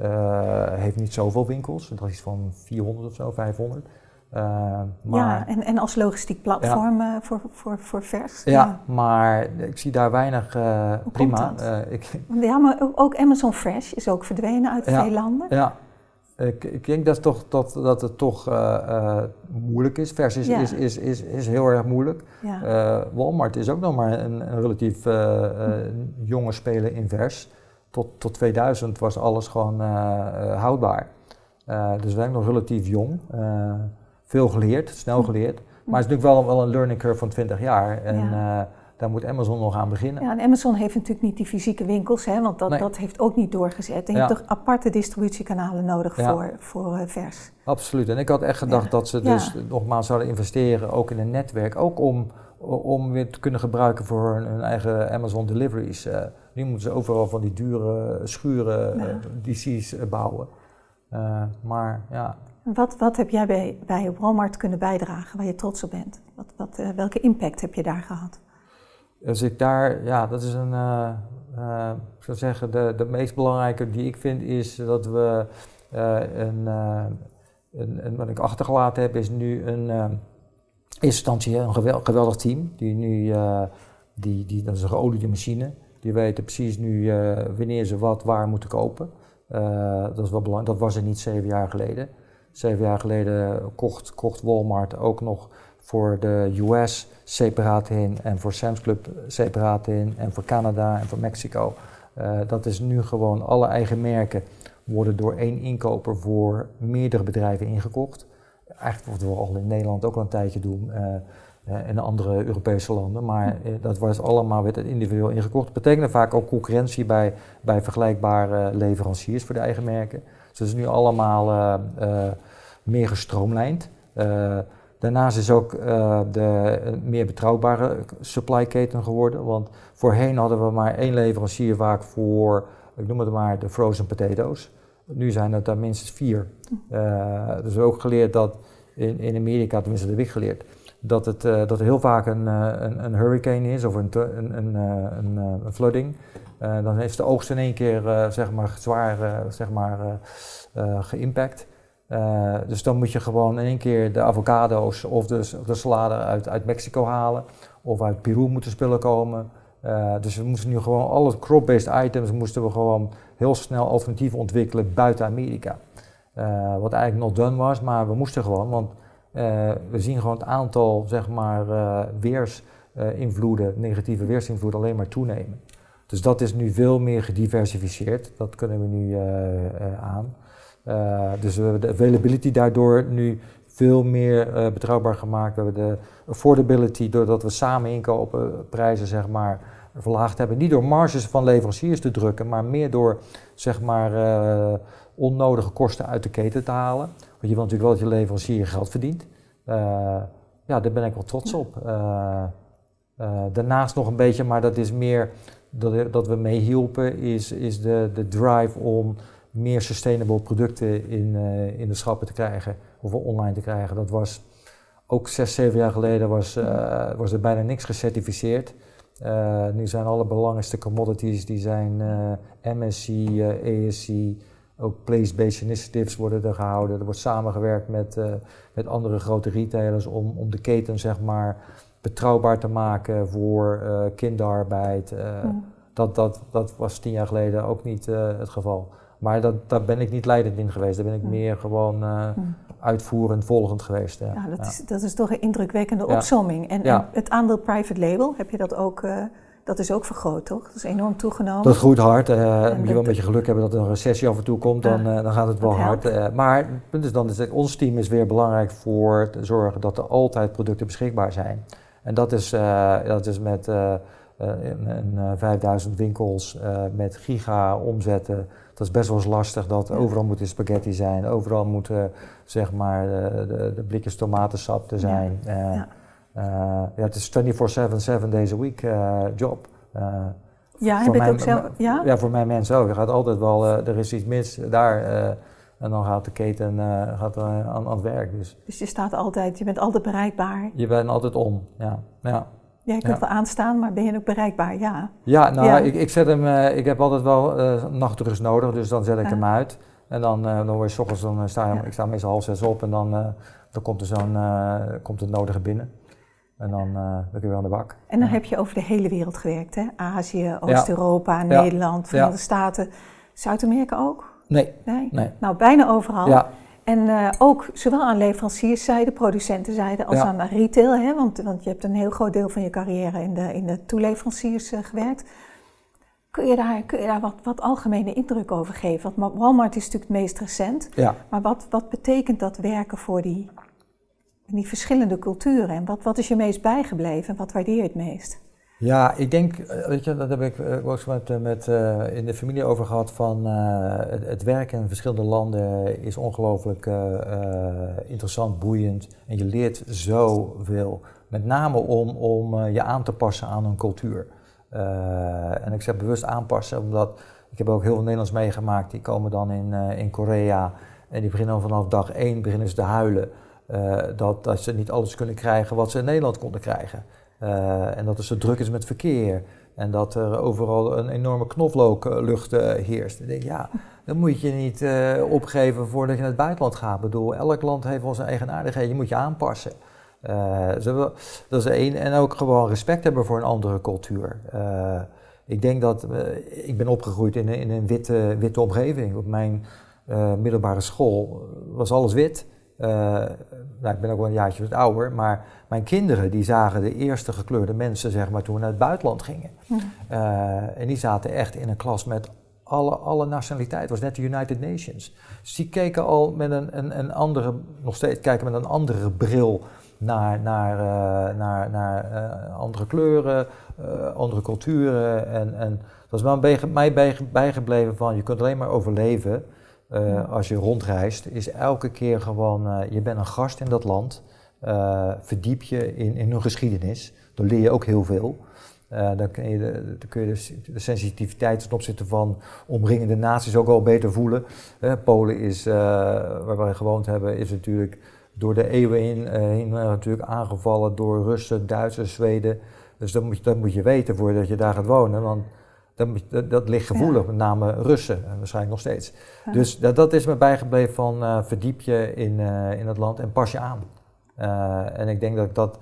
uh, heeft niet zoveel winkels. Dat is iets van vierhonderd of zo, vijfhonderd. Uh, maar, ja, en, en als logistiek platform ja. uh, voor, voor, voor vers. Ja, ja, maar ik zie daar weinig uh, Hoe prima. Komt dat? Uh, ik, ja, maar ook Amazon Fresh is ook verdwenen uit ja, veel landen. Ja, ik, ik denk dat, toch, dat, dat het toch uh, uh, moeilijk is. Vers is, ja. is, is, is, is heel erg moeilijk. Ja. Uh, Walmart is ook nog maar een, een relatief uh, uh, jonge speler in vers. Tot, tot tweeduizend was alles gewoon uh, uh, houdbaar. Uh, dus we zijn nog relatief jong. Uh, Veel geleerd, snel geleerd. Maar het is natuurlijk wel, wel een learning curve van twintig jaar. En ja. uh, daar moet Amazon nog aan beginnen. Ja, en Amazon heeft natuurlijk niet die fysieke winkels, hè, want dat, nee. dat heeft ook niet doorgezet. En je ja. hebt toch aparte distributiekanalen nodig ja. voor, voor uh, vers. Absoluut. En ik had echt gedacht ja. dat ze dus ja. nogmaals zouden investeren, ook in een netwerk. Ook om, om weer te kunnen gebruiken voor hun, hun eigen Amazon deliveries. Uh, nu moeten ze overal van die dure schuren, ja. uh, D C's uh, bouwen. Uh, maar ja... Wat, wat heb jij bij, bij Walmart kunnen bijdragen waar je trots op bent? Wat, wat, uh, welke impact heb je daar gehad? Als ik daar, ja, dat is een, uh, uh, ik zou zeggen, de, de meest belangrijke die ik vind is dat we uh, een, uh, een, een, wat ik achtergelaten heb, is nu een, uh, in eerste instantie een geweldig, geweldig team. Die nu, uh, die, die, dat is een geoliede machine. Die weten precies nu uh, wanneer ze wat waar moeten kopen. Uh, dat is wel belangrijk, dat was er niet zeven jaar geleden. Zeven jaar geleden kocht, kocht Walmart ook nog voor de U S separaat in en voor Sam's Club separaat in en voor Canada en voor Mexico. Uh, dat is nu gewoon alle eigen merken worden door één inkoper voor meerdere bedrijven ingekocht. Eigenlijk wat we al in Nederland ook al een tijdje doen uh, uh, en andere Europese landen, maar uh, dat was allemaal weer individueel ingekocht. Dat betekende vaak ook concurrentie bij, bij vergelijkbare leveranciers voor de eigen merken. Dus het is nu allemaal uh, uh, meer gestroomlijnd. Uh, daarnaast is ook uh, de uh, meer betrouwbare supply keten geworden. Want voorheen hadden we maar één leverancier vaak voor, ik noem het maar, de frozen potatoes. Nu zijn het er minstens vier. Uh, dus we hebben ook geleerd dat in, in Amerika, tenminste dat heb ik geleerd, dat, het, uh, dat er heel vaak een, uh, een, een hurricane is of een, een, een, een, een flooding. Uh, dan heeft de oogst in één keer uh, zeg maar, zwaar uh, zeg maar, uh, uh, geïmpact. Uh, dus dan moet je gewoon in één keer de avocado's of de, of de salade uit, uit Mexico halen. Of uit Peru moeten spullen komen. Uh, dus we moesten nu gewoon alle crop-based items moesten we gewoon heel snel alternatieven ontwikkelen buiten Amerika. Uh, wat eigenlijk not done was, maar we moesten gewoon, want uh, we zien gewoon het aantal zeg maar, uh, weersinvloeden, negatieve weersinvloeden alleen maar toenemen. Dus dat is nu veel meer gediversificeerd, dat kunnen we nu uh, uh, aan. Uh, dus we hebben de availability daardoor nu veel meer uh, betrouwbaar gemaakt. We hebben de affordability, doordat we samen inkoopprijzen zeg maar, verlaagd hebben. Niet door marges van leveranciers te drukken, maar meer door zeg maar, uh, onnodige kosten uit de keten te halen. Want je wil natuurlijk wel dat je leverancier geld verdient. Uh, ja, daar ben ik wel trots op. Uh, uh, daarnaast nog een beetje, maar dat is meer dat, dat we meehielpen, is, is de, de drive om meer sustainable producten in, uh, in de schappen te krijgen of online te krijgen. Dat was ook zes, zeven jaar geleden was, uh, was er bijna niks gecertificeerd. Uh, nu zijn alle belangrijkste commodities, die zijn uh, M S C, uh, E S C, Ook place-based initiatives worden er gehouden. Er wordt samengewerkt met, uh, met andere grote retailers om, om de keten zeg maar betrouwbaar te maken voor uh, kinderarbeid. Uh, mm. dat, dat, dat was tien jaar geleden ook niet uh, het geval. Maar dat, daar ben ik niet leidend in geweest. Daar ben ik mm. meer gewoon uh, mm. uitvoerend, volgend geweest. Ja, ja, dat, ja. Is, dat is toch een indrukwekkende ja. opsomming. En, ja. en het aandeel private label, heb je dat ook... Uh, Dat is ook vergroot, toch? Dat is enorm toegenomen. Dat groeit hard. Uh, moet je wel een beetje geluk hebben dat er een recessie af en toe komt, dan, uh, dan gaat het wel hard. Uh, maar het punt is dan, is dat ons team is weer belangrijk voor te zorgen dat er altijd producten beschikbaar zijn. En dat is, uh, dat is met uh, een, een vijfduizend winkels, uh, met giga omzetten. Dat is best wel eens lastig, dat ja. overal moet spaghetti zijn, overal moeten zeg maar de, de, de blikjes tomatensap te zijn. Ja. Uh, ja. Uh, ja, het is twenty-four seven, seven days a week uh, job. Uh, ja, heb je het ook zelf? Ja? ja, voor mijn mensen ook. Er gaat altijd wel, uh, er is iets mis daar uh, en dan gaat de keten uh, gaat, uh, aan, aan het werk. Dus. dus je staat altijd, je bent altijd bereikbaar? Je bent altijd om, ja. ja. Ja, je kunt ja. wel aanstaan, maar ben je ook bereikbaar? Ja, ja nou, ja. Ik, ik zet hem, uh, ik heb altijd wel uh, nachtrust nodig, dus dan zet ik ja. hem uit. En dan, uh, dan word je 's ochtends, dan sta je, ja. ik sta meestal half zes op en dan, uh, dan komt er zo'n, uh, komt het nodige binnen. En dan, uh, dan kun je weer aan de bak. En dan ja. heb je over de hele wereld gewerkt, hè? Azië, Oost-Europa, ja. Nederland, Verenigde ja. Staten. Zuid-Amerika ook? Nee. nee. nee. Nou, bijna overal. Ja. En uh, ook zowel aan leverancierszijde, producentenzijde, als ja. aan de retail, hè? Want, want je hebt een heel groot deel van je carrière in de, in de toeleveranciers uh, gewerkt. Kun je daar, kun je daar wat, wat algemene indruk over geven? Want Walmart is natuurlijk het meest recent. Ja. Maar wat, wat betekent dat werken voor die... En die verschillende culturen. En wat, wat is je meest bijgebleven en wat waardeer je het meest? Ja, ik denk, weet je, dat heb ik ook met, met uh, in de familie over gehad van uh, het, het werken in verschillende landen is ongelooflijk uh, uh, interessant, boeiend. En je leert zoveel. Met name om, om uh, je aan te passen aan een cultuur. Uh, en ik zeg bewust aanpassen, omdat ik heb ook heel veel Nederlands meegemaakt. Die komen dan in, uh, in Korea en die beginnen vanaf dag één beginnen ze te huilen. Uh, dat, dat ze niet alles kunnen krijgen wat ze in Nederland konden krijgen. Uh, en dat het zo druk is met verkeer. En dat er overal een enorme knoflooklucht uh, heerst. Ik denk, ja, dat moet je niet uh, opgeven voordat je naar het buitenland gaat. Ik bedoel, elk land heeft wel zijn eigenaardigheden. Je moet je aanpassen. Uh, dat is één. En ook gewoon respect hebben voor een andere cultuur. Uh, ik denk dat, uh, ik ben opgegroeid in, in een witte, witte omgeving. Op mijn uh, middelbare school was alles wit. Uh, nou, ik ben ook wel een jaartje wat ouder, maar mijn kinderen die zagen de eerste gekleurde mensen zeg maar, toen we naar het buitenland gingen. Mm. Uh, en die zaten echt in een klas met alle, alle nationaliteiten. Het was net de United Nations. Dus die keken al met een, een, een andere, nog steeds kijken met een andere bril naar, naar, uh, naar, naar uh, andere kleuren, uh, andere culturen. En, en dat is wel bij, mij bij, bijgebleven van je kunt alleen maar overleven. Uh, als je rondreist, is elke keer gewoon, uh, je bent een gast in dat land, uh, verdiep je in, in hun geschiedenis, dan leer je ook heel veel. Uh, dan kun je, de, dan kun je de, de sensitiviteit ten opzichte van omringende naties ook al beter voelen. Uh, Polen is, uh, waar wij gewoond hebben, is natuurlijk door de eeuwen heen, uh, heen uh, natuurlijk aangevallen door Russen, Duitsers, Zweden. Dus dat moet, je, dat moet je weten voordat je daar gaat wonen. Want Dat, dat, dat ligt gevoelig, ja. met name Russen, en waarschijnlijk nog steeds. Ja. Dus dat, dat is me bijgebleven van uh, verdiep je in, uh, in het land en pas je aan. Uh, en ik denk dat dat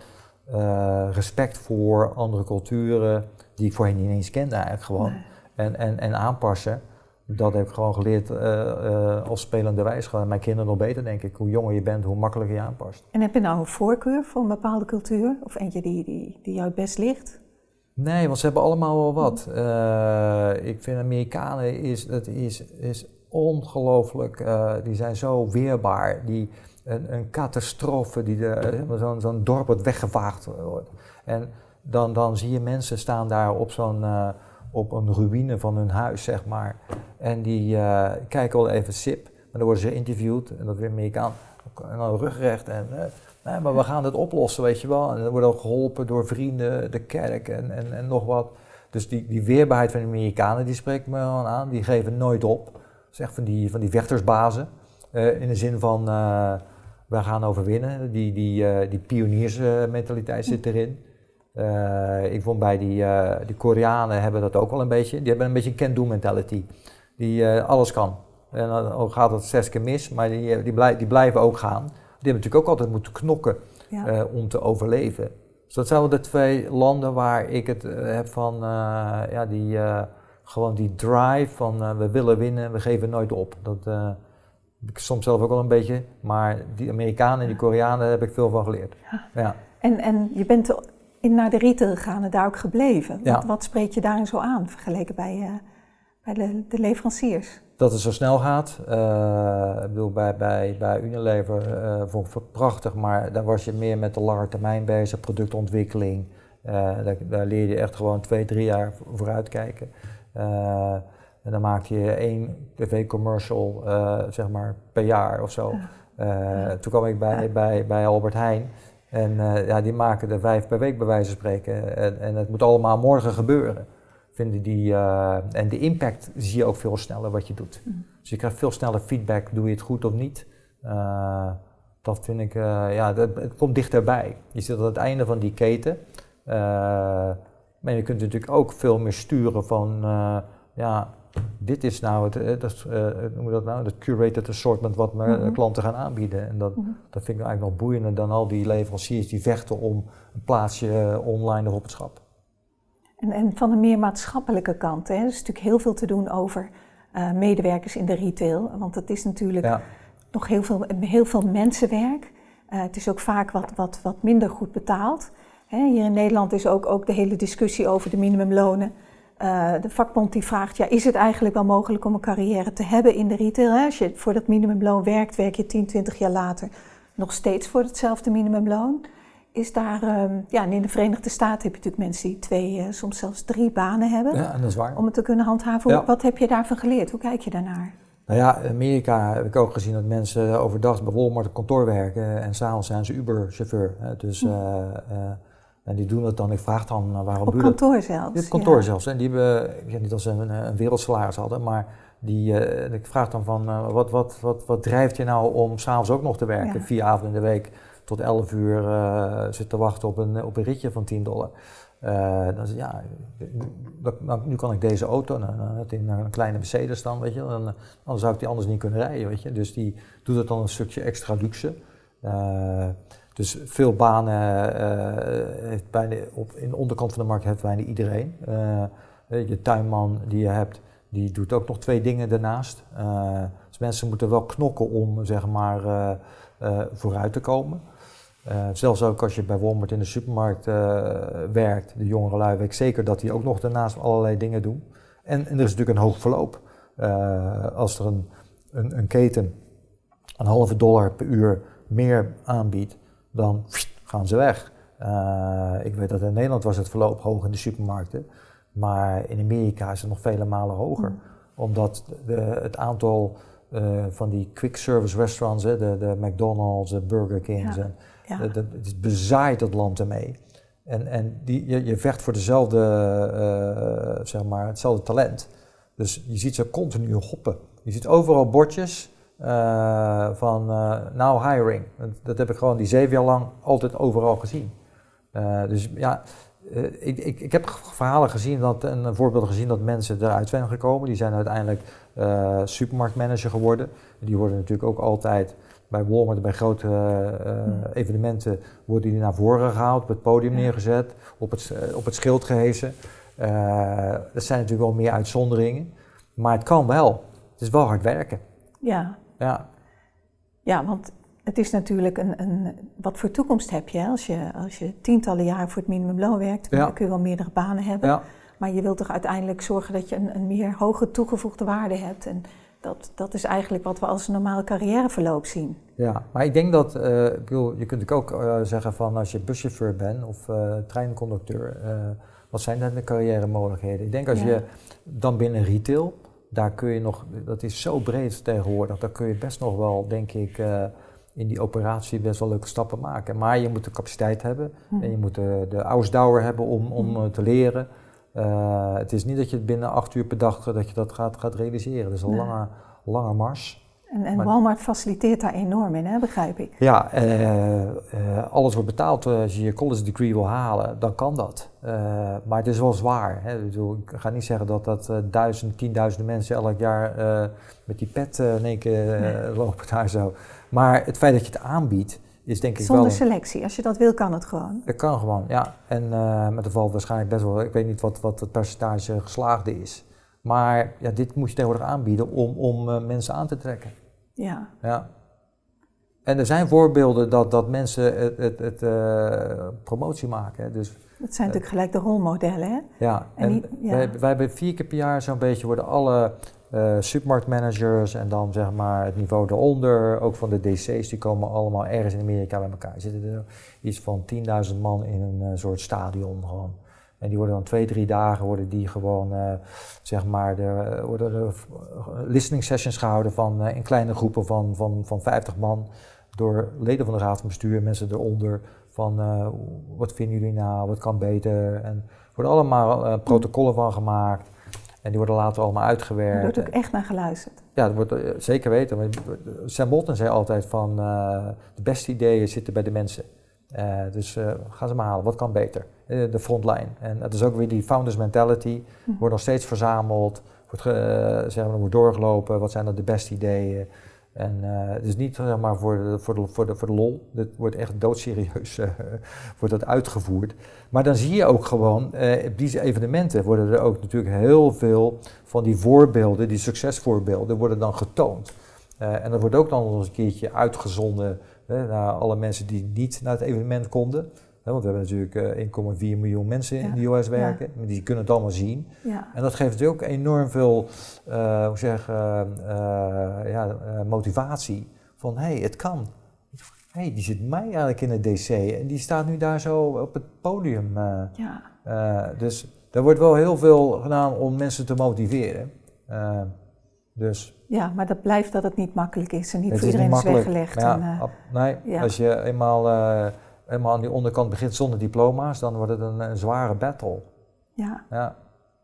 uh, respect voor andere culturen, die ik voorheen niet eens kende eigenlijk gewoon, nee. en, en, en aanpassen, dat heb ik gewoon geleerd uh, uh, als spelende wijs. Gewoon mijn kinderen nog beter, denk ik. Hoe jonger je bent, hoe makkelijker je aanpast. En heb je nou een voorkeur voor een bepaalde cultuur? Of eentje die, die, die jou het best ligt? Nee, want ze hebben allemaal wel wat. Uh, ik vind Amerikanen is, het is, is ongelooflijk, uh, die zijn zo weerbaar. Die, een, een catastrofe, die uh, zo'n zo'n dorp wat weggevaagd wordt. En dan, dan zie je mensen staan daar op zo'n uh, op een ruïne van hun huis, zeg maar. En die uh, kijken wel even sip, maar dan worden ze geïnterviewd en dat weer Amerikaan. En dan rugrecht en... Uh, Nee, maar we gaan het oplossen, weet je wel. En dan wordt ook geholpen door vrienden, de kerk en, en, en nog wat. Dus die, die weerbaarheid van de Amerikanen, die spreekt me wel aan. Die geven nooit op. Dat is echt van die, van die vechtersbazen. Uh, in de zin van, uh, wij gaan overwinnen. Die, die, uh, die pioniersmentaliteit zit erin. Uh, ik vond bij die, uh, die Koreanen hebben dat ook wel een beetje. Die hebben een beetje een can-do mentality. Die uh, alles kan. En dan gaat het zes keer mis, maar die, die, blij, die blijven ook gaan. Die hebben natuurlijk ook altijd moeten knokken ja. uh, om te overleven. Dus dat zijn wel de twee landen waar ik het uh, heb van, uh, ja, die, uh, gewoon die drive van uh, we willen winnen, we geven nooit op. Dat uh, heb ik soms zelf ook wel een beetje, maar die Amerikanen en die Koreanen, daar heb ik veel van geleerd. Ja. Ja. En, en je bent in, naar de retail gegaan en daar ook gebleven. Ja. Wat, wat spreekt je daarin zo aan, vergeleken bij, uh, bij de, de leveranciers? Dat het zo snel gaat. Uh, ik bedoel, bij, bij, bij Unilever uh, vond ik het prachtig, maar daar was je meer met de lange termijn bezig, productontwikkeling. Uh, daar, daar leer je echt gewoon twee, drie jaar vooruit kijken. Uh, en dan maak je één tv-commercial, uh, zeg maar, per jaar of zo. Uh, toen kwam ik bij, bij, bij Albert Heijn en uh, ja, die maken er vijf per week bij wijze van spreken. En, en het moet allemaal morgen gebeuren. Vinden die, uh, en de impact zie je ook veel sneller wat je doet. Mm. Dus je krijgt veel sneller feedback, doe je het goed of niet. Uh, dat vind ik, uh, ja, dat, het komt dichterbij. Je zit aan het einde van die keten. Uh, maar je kunt natuurlijk ook veel meer sturen van, uh, ja, dit is nou het, dat, uh, noem je dat nou, het curated assortment wat mijn mm-hmm. klanten gaan aanbieden. En dat, mm-hmm. dat vind ik eigenlijk nog boeiender dan al die leveranciers die vechten om een plaatsje online of op het schap. En, en van de meer maatschappelijke kant, hè, er is natuurlijk heel veel te doen over uh, medewerkers in de retail. Want het is natuurlijk ja. nog heel veel, heel veel mensenwerk. Uh, het is ook vaak wat, wat, wat minder goed betaald. Hè, hier in Nederland is ook, ook de hele discussie over de minimumlonen. Uh, de vakbond die vraagt, ja, is het eigenlijk wel mogelijk om een carrière te hebben in de retail? Hè? Als je voor dat minimumloon werkt, werk je tien, twintig jaar later nog steeds voor hetzelfde minimumloon. Is daar, um, ja, en in de Verenigde Staten heb je natuurlijk mensen die twee, uh, soms zelfs drie banen hebben. Ja, dat is waar. Om het te kunnen handhaven. Ja. Wat heb je daarvan geleerd? Hoe kijk je daarnaar? Nou ja, in Amerika heb ik ook gezien dat mensen overdag bij Walmart op kantoor werken en s'avonds zijn ze Uber-chauffeur. Hè? Dus, hm. uh, uh, en die doen het dan, ik vraag dan uh, waarom op doe kantoor dat? zelfs? Op kantoor ja. zelfs. En die hebben, ik weet niet of ze een, een wereldsalaris hadden, maar die, uh, ik vraag dan van, uh, wat, wat, wat, wat drijft je nou om s'avonds ook nog te werken, ja. vier avonden in de week? Tot elf uur uh, zit te wachten op een, op een ritje van tien dollar. Uh, dan zeg ja, nou, nu kan ik deze auto, nou, nou, in een kleine Mercedes dan, weet je, dan, dan zou ik die anders niet kunnen rijden, weet je. Dus die doet het dan een stukje extra luxe. Uh, dus veel banen uh, heeft bijna, op, in de onderkant van de markt heeft bijna iedereen. Uh, je tuinman die je hebt, die doet ook nog twee dingen daarnaast. Uh, dus mensen moeten wel knokken om, zeg maar, uh, uh, vooruit te komen. Uh, zelfs ook als je bij Walmart in de supermarkt uh, werkt, de jongere lui, weet ik zeker dat die ook nog daarnaast allerlei dingen doen. En, en er is natuurlijk een hoog verloop. Uh, als er een, een, een keten een halve dollar per uur meer aanbiedt, dan pssst, gaan ze weg. Uh, ik weet dat in Nederland was het verloop hoog in de supermarkten, maar in Amerika is het nog vele malen hoger. Mm. Omdat de, het aantal uh, van die quick service restaurants, hè, de, de McDonald's, de Burger Kings, ja. en, Ja. Dat, dat, het is bezaaid dat land ermee. En, en die, je, je vecht voor dezelfde, uh, zeg maar, hetzelfde talent. Dus je ziet ze continu hoppen. Je ziet overal bordjes uh, van uh, now hiring. Dat, dat heb ik gewoon die zeven jaar lang altijd overal gezien. Uh, dus ja, uh, ik, ik, ik heb verhalen gezien, dat, en voorbeelden gezien dat mensen eruit zijn gekomen. Die zijn uiteindelijk uh, supermarktmanager geworden. Die worden natuurlijk ook altijd bij Walmart, bij grote uh, hmm. evenementen, worden die naar voren gehaald, op het podium neergezet, op het, uh, op het schild gehesen. Uh, dat zijn natuurlijk wel meer uitzonderingen, maar het kan wel. Het is wel hard werken. Ja, ja. ja want het is natuurlijk een, een... Wat voor toekomst heb je als je, als je tientallen jaren voor het minimumloon werkt? Ja. Dan kun je wel meerdere banen hebben, ja. maar je wilt toch uiteindelijk zorgen dat je een, een meer hoge toegevoegde waarde hebt. En Dat, dat is eigenlijk wat we als een normale carrièreverloop zien. Ja, maar ik denk dat, uh, ik bedoel, je kunt natuurlijk ook uh, zeggen van als je buschauffeur bent of uh, treinconducteur, uh, wat zijn dan de carrière mogelijkheden? Ik denk als ja. je dan binnen retail, daar kun je nog, dat is zo breed tegenwoordig, daar kun je best nog wel, denk ik, uh, in die operatie best wel leuke stappen maken. Maar je moet de capaciteit hebben hm. en je moet de, de ausdauer hebben om, om hm. te leren. Uh, het is niet dat je binnen acht uur per dag dat je dat gaat, gaat realiseren. Het is een nee. lange, lange mars. En, en maar, Walmart faciliteert daar enorm in, hè, begrijp ik. Ja, uh, uh, alles wordt betaald. Uh, als je je college degree wil halen, dan kan dat. Uh, maar het is wel zwaar. Hè. Ik, bedoel, ik ga niet zeggen dat dat uh, duizend, tienduizenden mensen elk jaar uh, met die pet uh, in één keer uh, nee. lopen daar zo. Maar het feit dat je het aanbiedt, is denk ik Zonder wel... Zonder selectie. Als je dat wil, kan het gewoon. Het kan gewoon, ja. En uh, met de val waarschijnlijk best wel... Ik weet niet wat, wat het percentage geslaagde is. Maar ja, dit moet je tegenwoordig aanbieden om, om uh, mensen aan te trekken. Ja. ja. En er zijn voorbeelden dat, dat mensen het, het, het uh, promotie maken. Hè. Dus, dat zijn uh, natuurlijk gelijk de rolmodellen, hè? Ja, en, en die, ja. Wij, wij hebben vier keer per jaar zo'n beetje worden alle uh, supermarktmanagers en dan zeg maar het niveau daaronder, ook van de D C's, die komen allemaal ergens in Amerika bij elkaar. Er zitten er iets van tienduizend man in een uh, soort stadion gewoon. En die worden dan twee, drie dagen worden die gewoon, uh, zeg maar, er worden er listening sessions gehouden van, uh, in kleine groepen van, van, van vijftig man door leden van de raad van bestuur, mensen eronder, van uh, wat vinden jullie nou, wat kan beter. En er worden allemaal uh, protocollen van gemaakt en die worden later allemaal uitgewerkt. Er wordt ook echt naar geluisterd. Ja, dat wordt uh, zeker weten. Sam Bolton zei altijd van uh, de beste ideeën zitten bij de mensen. Uh, dus uh, ga ze maar halen, wat kan beter? Uh, de frontline. En dat is ook weer die founders mentality, hm. wordt nog steeds verzameld, wordt, uh, zeg maar, wordt doorgelopen, wat zijn dan de beste ideeën? En uh, het is niet zeg maar, voor, de, voor, de, voor, de, voor de lol, dit wordt echt doodserieus uh, wordt dat uitgevoerd. Maar dan zie je ook gewoon, uh, op die evenementen worden er ook natuurlijk heel veel van die voorbeelden, die succesvoorbeelden, worden dan getoond. Uh, en dat wordt ook dan nog eens een keertje uitgezonden hè, naar alle mensen die niet naar het evenement konden. Hè, want we hebben natuurlijk uh, één komma vier miljoen mensen ja. in de U S werken, ja. die kunnen het allemaal zien. Ja. En dat geeft natuurlijk ook enorm veel uh, hoe zeg, uh, uh, ja, uh, motivatie van hé, hey, het kan. Hé, hey, die zit mij eigenlijk in het D C en die staat nu daar zo op het podium. Uh, ja. uh, dus er wordt wel heel veel gedaan om mensen te motiveren. Uh, Dus. Ja, maar dat blijft dat het niet makkelijk is en niet voor iedereen is weggelegd. Ja, en, uh, nee, ja. Als je eenmaal, uh, eenmaal aan die onderkant begint zonder diploma's, dan wordt het een, een zware battle. Ja. ja.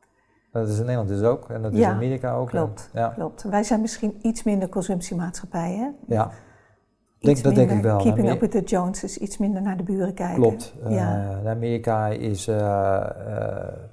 Dat is in Nederland dus ook en dat is ja, in Amerika ook. Klopt, en, ja. klopt. Wij zijn misschien iets minder consumptiemaatschappij, hè? Ja, denk, dat denk ik wel. Keeping Amer- up with the Joneses, iets minder naar de buren kijken. Klopt. Ja. Uh, in Amerika is... Uh, uh,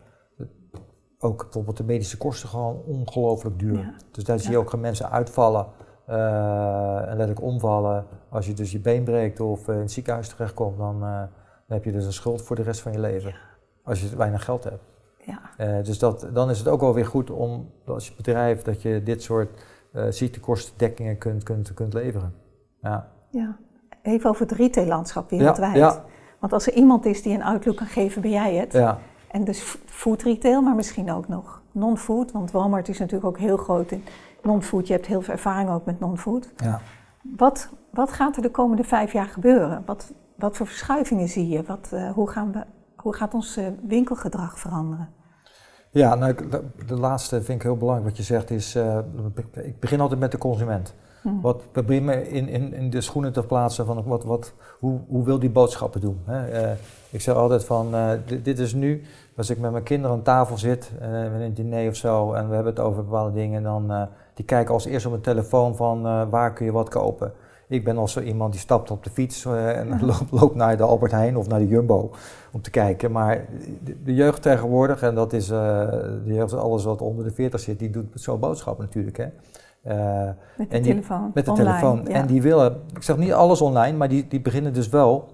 ook bijvoorbeeld de medische kosten gewoon ongelooflijk duur. Ja. Dus daar zie je ja. ook mensen uitvallen uh, en letterlijk omvallen. Als je dus je been breekt of uh, in het ziekenhuis terechtkomt, dan, uh, dan heb je dus een schuld voor de rest van je leven. Ja. Als je weinig geld hebt. Ja. Uh, dus dat, dan is het ook wel weer goed om als bedrijf dat je dit soort uh, ziektekostendekkingen kunt, kunt, kunt leveren. Ja. Ja. Even over het retaillandschap wereldwijd. Ja. Ja. Want als er iemand is die een outlook kan geven, ben jij het. Ja. En dus food retail, maar misschien ook nog non-food. Want Walmart is natuurlijk ook heel groot in non-food. Je hebt heel veel ervaring ook met non-food. Ja. Wat, wat gaat er de komende vijf jaar gebeuren? Wat, wat voor verschuivingen zie je? Wat, uh, hoe, gaan we, hoe gaat ons uh, winkelgedrag veranderen? Ja, nou, de laatste vind ik heel belangrijk. Wat je zegt is, uh, ik begin altijd met de consument. Hmm. Wat probeer me in, in, in de schoenen te plaatsen van wat, wat, hoe, hoe wil die boodschappen doen? Hè? Uh, ik zeg altijd van, uh, dit, dit is nu, als ik met mijn kinderen aan tafel zit, uh, met een diner of zo, en we hebben het over bepaalde dingen, dan uh, die kijken als eerst op een telefoon van uh, waar kun je wat kopen. Ik ben al zo iemand die stapt op de fiets uh, en ja. loopt, loopt naar de Albert Heijn of naar de Jumbo om te kijken. Maar de, de jeugd tegenwoordig, en dat is uh, de jeugd, alles wat onder de veertig zit, die doet zo'n boodschap natuurlijk. Hè. Uh, met de en telefoon. Die, met de online, telefoon. Ja. En die willen, ik zeg niet alles online, maar die, die beginnen dus wel,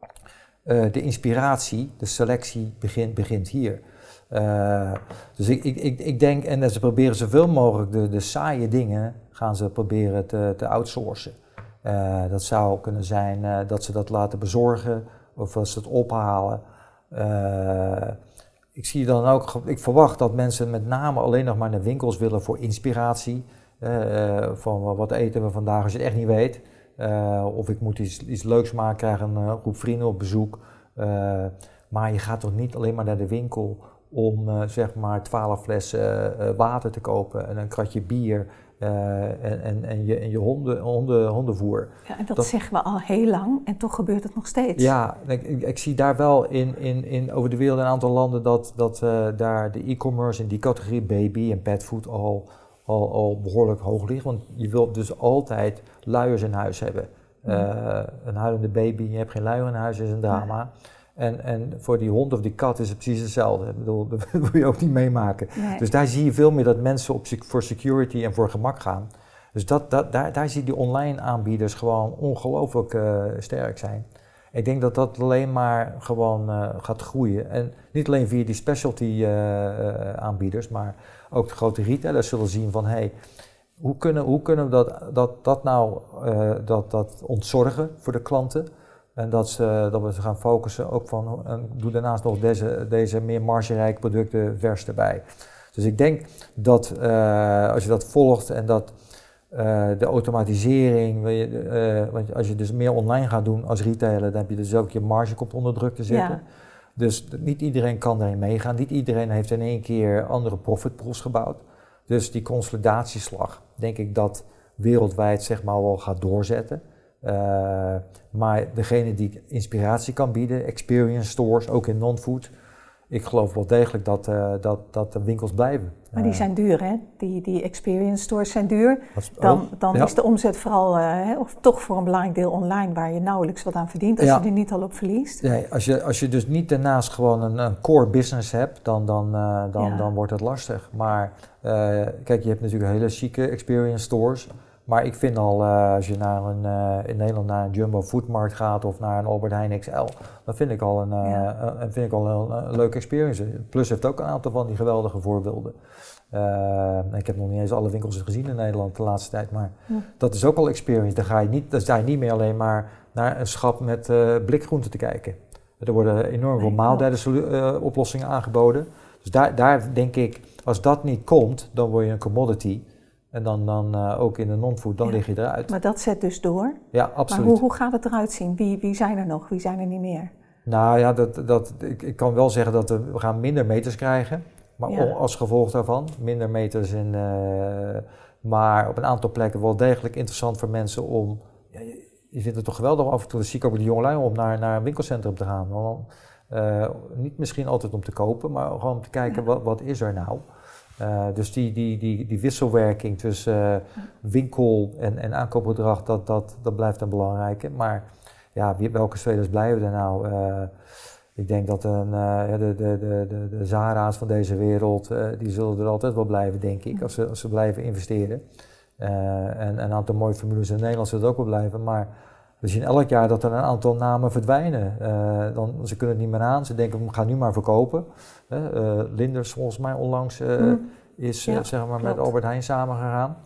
uh, de inspiratie, de selectie begint, begint hier. Uh, dus ik, ik, ik, ik denk, en ze proberen zoveel mogelijk de, de saaie dingen, gaan ze proberen te, te outsourcen. Uh, dat zou kunnen zijn uh, dat ze dat laten bezorgen of dat ze het ophalen. Uh, ik zie dan ook, ik verwacht dat mensen met name alleen nog maar naar winkels willen voor inspiratie. Uh, van wat eten we vandaag als je het echt niet weet. Uh, of ik moet iets, iets leuks maken, krijg een uh, groep vrienden op bezoek. Uh, maar je gaat toch niet alleen maar naar de winkel om uh, zeg maar twaalf flessen uh, water te kopen en een kratje bier. Uh, en, en, en je, en je honden, honden, hondenvoer. Ja, en dat, dat zeggen we al heel lang en toch gebeurt het nog steeds. Ja, ik, ik, ik zie daar wel in, in, in over de wereld een aantal landen dat, dat uh, daar de e-commerce in die categorie baby en petfood al, al, al behoorlijk hoog ligt. Want je wilt dus altijd luiers in huis hebben. Mm. Uh, een huilende baby, je hebt geen luier in huis, is een drama. Ja. En, en voor die hond of die kat is het precies hetzelfde. Ik bedoel, dat wil je ook niet meemaken. Nee. Dus daar zie je veel meer dat mensen op, voor security en voor gemak gaan. Dus dat, dat, daar, daar zie je die online aanbieders gewoon ongelooflijk uh, sterk zijn. Ik denk dat dat alleen maar gewoon uh, gaat groeien. En niet alleen via die specialty uh, uh, aanbieders, maar ook de grote retailers zullen zien van... Hey, hoe kunnen, hoe kunnen we dat, dat, dat nou uh, dat, dat ontzorgen voor de klanten? En dat, ze, dat we ze gaan focussen ook van... En doe daarnaast nog deze, deze meer margerijke producten vers erbij. Dus ik denk dat uh, als je dat volgt en dat... Uh, de automatisering, uh, want als je dus meer online gaat doen als retailer, dan heb je dus ook je marge komt onder druk te zetten. Ja. Dus niet iedereen kan daarin meegaan, niet iedereen heeft in één keer andere profitpools gebouwd. Dus die consolidatieslag, denk ik dat wereldwijd zeg maar wel gaat doorzetten. Uh, maar degene die inspiratie kan bieden, experience stores, ook in non-food, ik geloof wel degelijk dat, uh, dat, dat de winkels blijven. Maar die zijn duur, hè? Die, die experience stores zijn duur. Dan, dan ja. is de omzet vooral, uh, hè, of toch voor een belangrijk deel online, waar je nauwelijks wat aan verdient, als ja. je er niet al op verliest. Nee, als je, als je dus niet daarnaast gewoon een, een core business hebt, dan, dan, uh, dan, ja. dan wordt het lastig. Maar uh, kijk, je hebt natuurlijk hele chique experience stores. Maar ik vind al, uh, als je naar een, uh, in Nederland naar een Jumbo Foodmarkt gaat of naar een Albert Heijn X L, dan vind ik al een, uh, ja. een, vind ik al een, een leuke experience. Plus heeft ook een aantal van die geweldige voorbeelden. Uh, ik heb nog niet eens alle winkels gezien in Nederland de laatste tijd, maar ja. dat is ook al experience. Dan ga je niet, dan sta je niet meer alleen maar naar een schap met uh, blikgroenten te kijken. Er worden enorm veel maaltijdenoplossingen uh, aangeboden. Dus daar, daar denk ik, als dat niet komt, dan word je een commodity. En dan, dan uh, ook in de non-food, dan ja. lig je eruit. Maar dat zet dus door? Ja, absoluut. Maar hoe, hoe gaat het eruit zien? Wie, wie zijn er nog? Wie zijn er niet meer? Nou ja, dat, dat, ik, ik kan wel zeggen dat we, we gaan minder meters krijgen. Maar ja. als gevolg daarvan, minder meters. In, uh, maar op een aantal plekken wel degelijk interessant voor mensen om... Ja, je, je vindt het toch geweldig af en toe, zie ik ook bij de jongelui om naar, naar een winkelcentrum te gaan. Want, uh, niet misschien altijd om te kopen, maar gewoon om te kijken ja. wat, wat is er nou. Uh, dus die, die, die, die wisselwerking tussen uh, winkel en, en aankoopgedrag, dat, dat, dat blijft een belangrijke. Maar ja, wie, welke spelers blijven er nou? Uh, ik denk dat een, uh, de, de, de, de, de Zara's van deze wereld, uh, die zullen er altijd wel blijven, denk ik, als ze, als ze blijven investeren. Uh, en een aantal mooie formules in Nederland zullen het ook wel blijven. Maar we zien elk jaar dat er een aantal namen verdwijnen. Uh, dan, ze kunnen het niet meer aan, ze denken we gaan nu maar verkopen. Uh, uh, Linders volgens mij onlangs uh, mm. is ja, uh, zeg maar met Albert Heijn samengegaan.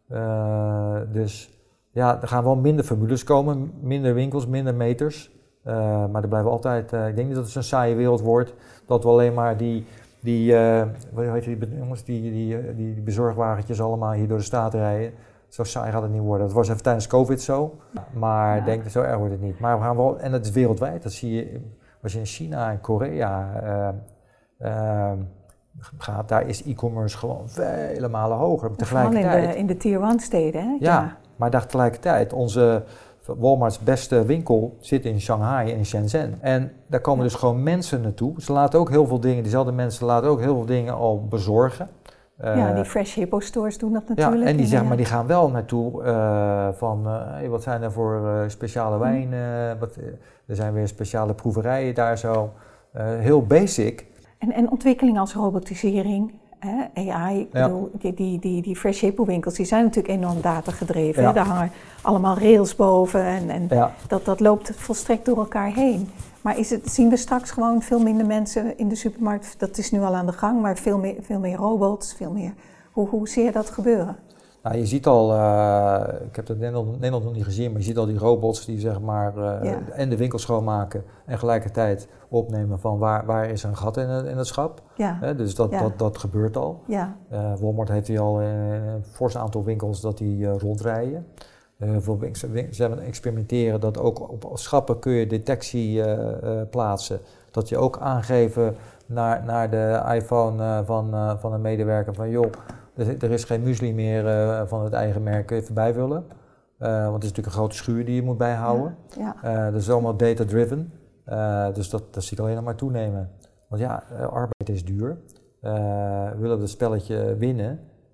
Uh, dus ja, er gaan wel minder formules komen, minder winkels, minder meters. Uh, maar er blijven altijd, uh, ik denk niet dat het zo'n saaie wereld wordt, dat we alleen maar die, die, uh, wat heet die jongens, die, die, die, die bezorgwagentjes allemaal hier door de straat rijden. Zo saai gaat het niet worden. Dat was even tijdens COVID zo, maar ik ja. denk dat zo erg wordt het niet. Maar we gaan wel, en het is wereldwijd, dat zie je, als je in China en Korea uh, uh, gaat, daar is e-commerce gewoon vele malen hoger. Tegelijkertijd. In de, in de tier one steden, hè? Ja, ja, maar tegelijkertijd, onze Walmart's beste winkel zit in Shanghai en in Shenzhen. En daar komen ja. dus gewoon mensen naartoe. Ze laten ook heel veel dingen, diezelfde mensen laten ook heel veel dingen al bezorgen. Uh, ja, die Fresh Hippo stores doen dat natuurlijk. Ja, en die, zeg maar, die gaan wel naartoe uh, van, uh, hey, wat zijn er voor uh, speciale wijnen, mm. wat, uh, er zijn weer speciale proeverijen daar zo. Uh, heel basic. En, en ontwikkelingen als robotisering, hè, A I, ja. bedoel, die, die, die, die Fresh Hippo winkels, die zijn natuurlijk enorm datagedreven. Ja. Daar hangen allemaal rails boven en, en ja. dat, dat loopt volstrekt door elkaar heen. Maar is het, zien we straks gewoon veel minder mensen in de supermarkt? Dat is nu al aan de gang, maar veel meer, veel meer robots, veel meer. Hoe, hoe zie je dat gebeuren? Nou, je ziet al, uh, ik heb het in Nederland, Nederland nog niet gezien, maar je ziet al die robots die zeg maar uh, ja. en de winkel schoonmaken en gelijkertijd opnemen van waar, waar is een gat in het, in het schap. Ja. Uh, dus dat, ja. dat, dat gebeurt al. Ja. Uh, Walmart heeft hier al een fors aantal winkels dat die uh, rondrijden. Uh, veel winkels, ze hebben experimenteren dat ook op schappen kun je detectie uh, uh, plaatsen. Dat je ook aangeven naar, naar de iPhone uh, van, uh, van een medewerker van joh, er, er is geen muesli meer uh, van het eigen merk, kun je even bijvullen. Uh, want het is natuurlijk een grote schuur die je moet bijhouden. Ja, ja. Uh, dat is allemaal data-driven. Uh, dus dat, dat zie ik alleen nog maar toenemen. Want ja, uh, arbeid is duur. Uh, we willen het spelletje winnen.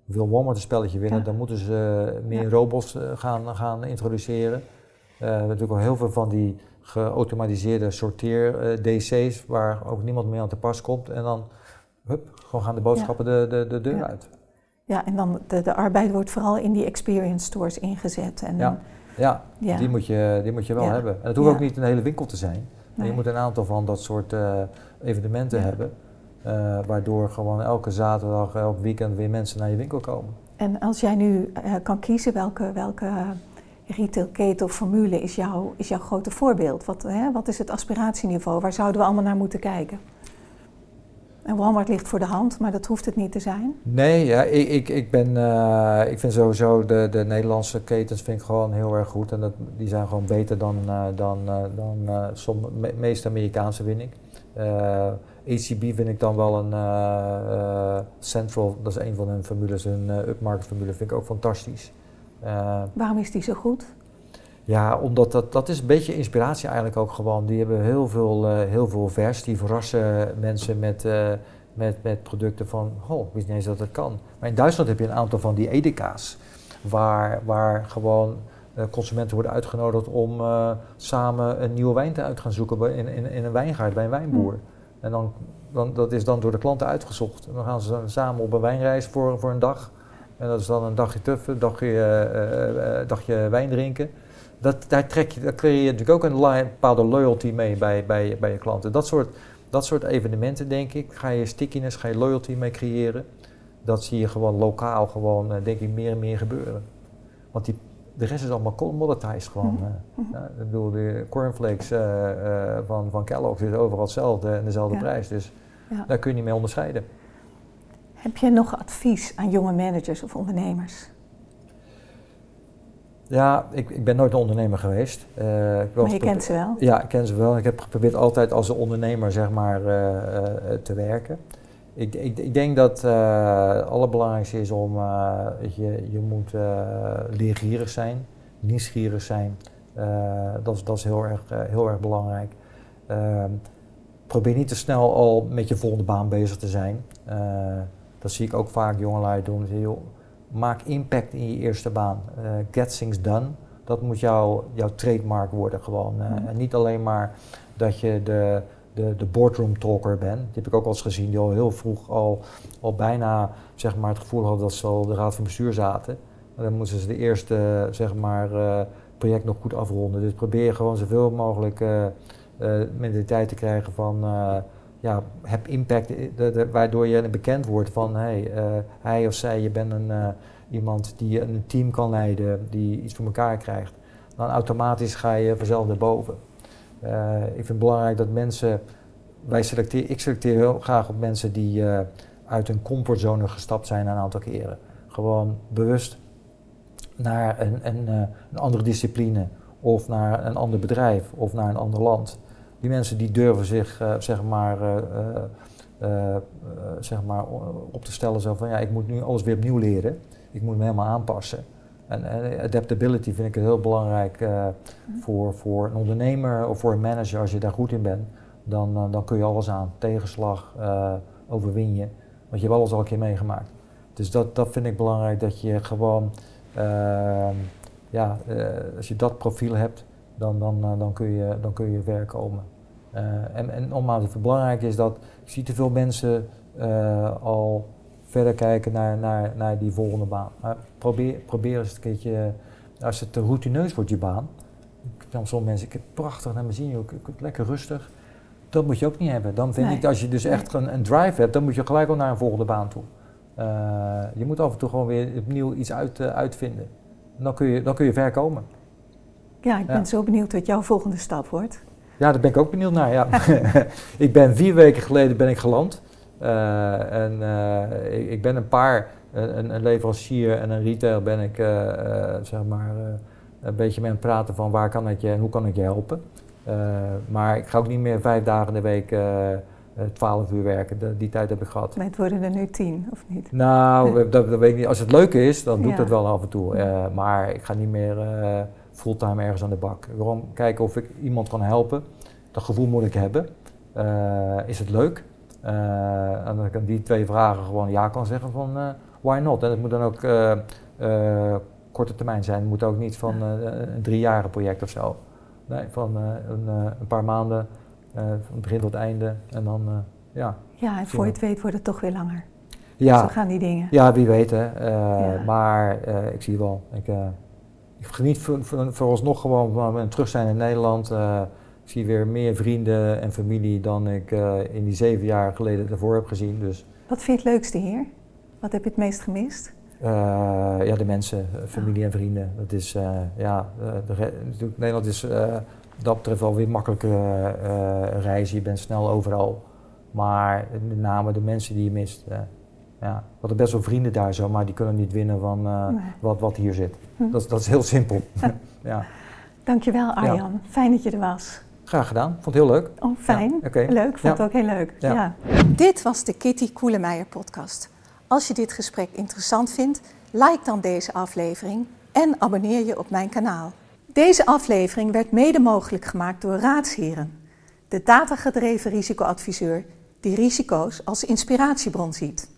Wil Walmart een spelletje winnen, Ja. dan moeten ze uh, meer Ja. robots uh, gaan, gaan introduceren. Uh, we hebben natuurlijk al heel veel van die geautomatiseerde sorteer-D C's waar ook niemand meer aan te pas komt. En dan, hup, gewoon gaan de boodschappen ja. de, de, de deur ja. uit. Ja, en dan de, de arbeid wordt vooral in die experience stores ingezet. En ja, ja, ja. Die, moet je, die moet je wel ja. hebben. En het hoeft ja. ook niet een hele winkel te zijn. Nee. Je moet een aantal van dat soort uh, evenementen ja. hebben. Uh, waardoor gewoon elke zaterdag, elk weekend weer mensen naar je winkel komen. En als jij nu uh, kan kiezen welke, welke retailketen of formule is, jou, is jouw grote voorbeeld? Wat, hè, wat is het aspiratieniveau? Waar zouden we allemaal naar moeten kijken? En Walmart ligt voor de hand, maar dat hoeft het niet te zijn. Nee, ja, ik, ik, ik, ben, uh, ik vind sowieso de, de Nederlandse ketens vind ik gewoon heel erg goed. En dat, die zijn gewoon beter dan, uh, dan, uh, dan uh, de me, meeste Amerikaanse, vind ik. Uh, A C B vind ik dan wel een uh, uh, Central, dat is een van hun formules, hun uh, upmarket formule, vind ik ook fantastisch. Uh, Waarom is die zo goed? Ja, omdat dat, dat is een beetje inspiratie eigenlijk ook gewoon. Die hebben heel veel, uh, heel veel vers, die verrassen mensen met, uh, met, met producten van, oh, ik wist niet eens dat dat kan. Maar in Duitsland heb je een aantal van die Edeka's, waar, waar gewoon uh, consumenten worden uitgenodigd om uh, samen een nieuwe wijn te uit gaan zoeken in, in, in een wijngaard bij een wijnboer. Hmm. En dan, dan, dat is dan door de klanten uitgezocht. En dan gaan ze samen op een wijnreis voor, voor een dag. En dat is dan een dagje tuffen, een dagje, uh, uh, dagje wijn drinken. Dat, daar, trek je, daar creëer je natuurlijk ook een li- bepaalde loyalty mee bij, bij, bij je klanten. Dat soort, dat soort evenementen, denk ik, ga je stickiness, ga je loyalty mee creëren. Dat zie je gewoon lokaal, gewoon, uh, denk ik, meer en meer gebeuren. Want die, de rest is allemaal commoditized gewoon. Uh, uh, ik bedoel, de cornflakes uh, uh, van, van Kellogg's is overal hetzelfde en dezelfde ja. prijs. Dus ja. daar kun je niet mee onderscheiden. Heb je nog advies aan jonge managers of ondernemers? Ja, ik, ik ben nooit een ondernemer geweest. Uh, ik maar je kent ze wel? Ja, ik ken ze wel. Ik heb geprobeerd altijd als een ondernemer, zeg maar, uh, uh, te werken. Ik, ik, ik denk dat uh, het allerbelangrijkste is om, uh, je, je moet uh, leergierig zijn, nieuwsgierig zijn. Uh, dat, is, dat is heel erg, uh, heel erg belangrijk. Uh, probeer niet te snel al met je volgende baan bezig te zijn. Uh, dat zie ik ook vaak jongelui doen. Heel, maak impact in je eerste baan. Uh, get things done. Dat moet jou, jouw trademark worden gewoon. Uh, mm. En niet alleen maar dat je de, de, de boardroom talker bent. Die heb ik ook al eens gezien. Die al heel vroeg al, al bijna zeg maar, het gevoel hadden dat ze al de raad van bestuur zaten. Maar dan moesten ze de eerste zeg maar, uh, project nog goed afronden. Dus probeer gewoon zoveel mogelijk uh, uh, mentaliteit te krijgen van... Uh, ja, heb impact, de, de, waardoor je bekend wordt van hey, uh, hij of zij, je bent een, uh, iemand die een team kan leiden, die iets voor elkaar krijgt. Dan automatisch ga je vanzelf naar boven. Uh, ik vind het belangrijk dat mensen, wij selecteren, ik selecteer heel graag op mensen die uh, uit hun comfortzone gestapt zijn een aantal keren. Gewoon bewust naar een, een, uh, een andere discipline of naar een ander bedrijf of naar een ander land. Die mensen die durven zich uh, zeg maar, uh, uh, uh, zeg maar op te stellen zo van ja, ik moet nu alles weer opnieuw leren. Ik moet me helemaal aanpassen. En uh, adaptability vind ik heel belangrijk uh, mm. voor, voor een ondernemer of voor een manager. Als je daar goed in bent, dan, uh, dan kun je alles aan. Tegenslag, uh, overwin je. Want je hebt alles al een keer meegemaakt. Dus dat, dat vind ik belangrijk, dat je gewoon, uh, ja, uh, als je dat profiel hebt, dan, dan, uh, dan, kun, je, dan kun je ver komen. Uh, en, en nogmaals, het belangrijk is dat ik zie te veel mensen uh, al verder kijken naar, naar, naar die volgende baan. Maar probeer, probeer eens een keertje, als het te routineus wordt je baan, dan sommige mensen, ik heb prachtig naar mijn zin, ik, ik, lekker rustig. Dat moet je ook niet hebben. Dan vind nee. ik, als je dus echt een, een drive hebt, dan moet je gelijk al naar een volgende baan toe. Uh, je moet af en toe gewoon weer opnieuw iets uit, uh, uitvinden. En dan kun je, dan kun je ver komen. Ja, ik ben ja. zo benieuwd wat jouw volgende stap wordt. Ja, daar ben ik ook benieuwd naar, ja. Ik ben vier weken geleden ben ik geland. Uh, en uh, ik, ik ben een paar, een, een leverancier en een retail ben ik uh, uh, zeg maar uh, een beetje mee aan het praten van waar kan ik je en hoe kan ik je helpen. Uh, maar ik ga ook niet meer vijf dagen in de week uh, twaalf uur werken, de, die tijd heb ik gehad. Maar het worden er nu tien, of niet? Nou, nee. dat, dat weet ik niet. Als het leuk is, dan doe ik ja. dat wel af en toe. Uh, maar ik ga niet meer uh, fulltime ergens aan de bak. Gewoon kijken of ik iemand kan helpen. Dat gevoel moet ik hebben. Uh, is het leuk? Uh, en dat ik aan die twee vragen gewoon ja kan zeggen van uh, why not? En het moet dan ook uh, uh, korte termijn zijn. Het moet ook niet van uh, een driejaren project of zo. Nee, van uh, een, uh, een paar maanden, uh, van begin tot einde en dan, uh, ja. Ja, en voor je het weet wordt het toch weer langer. Ja, zo gaan die dingen. Ja, wie weet hè. Uh, ja. Maar uh, ik zie wel. Ik, uh, ik geniet voor, voor, vooralsnog gewoon van het terug zijn in Nederland. Uh, ik zie weer meer vrienden en familie dan ik uh, in die zeven jaar geleden ervoor heb gezien. Dus. Wat vind je het leukste hier? Wat heb je het meest gemist? Uh, ja, de mensen, familie oh. en vrienden. Dat is, uh, ja, de re- natuurlijk, Nederland is uh, dat betreft wel weer makkelijker uh, reizen. Je bent snel overal. Maar met name de mensen die je mist. Uh, ja. We hadden best wel vrienden daar zo, maar die kunnen niet winnen van uh, nee. wat, wat hier zit. Hm. Dat, dat is heel simpel. ja. Dankjewel Arjan, ja. Fijn dat je er was. Graag gedaan, vond het heel leuk. Oh, fijn, ja, okay. Leuk, vond ja. het ook heel leuk. Ja. Ja. Dit was de Kitty Koelemeijer podcast. Als je dit gesprek interessant vindt, like dan deze aflevering en abonneer je op mijn kanaal. Deze aflevering werd mede mogelijk gemaakt door Raadsheren, de datagedreven risicoadviseur die risico's als inspiratiebron ziet.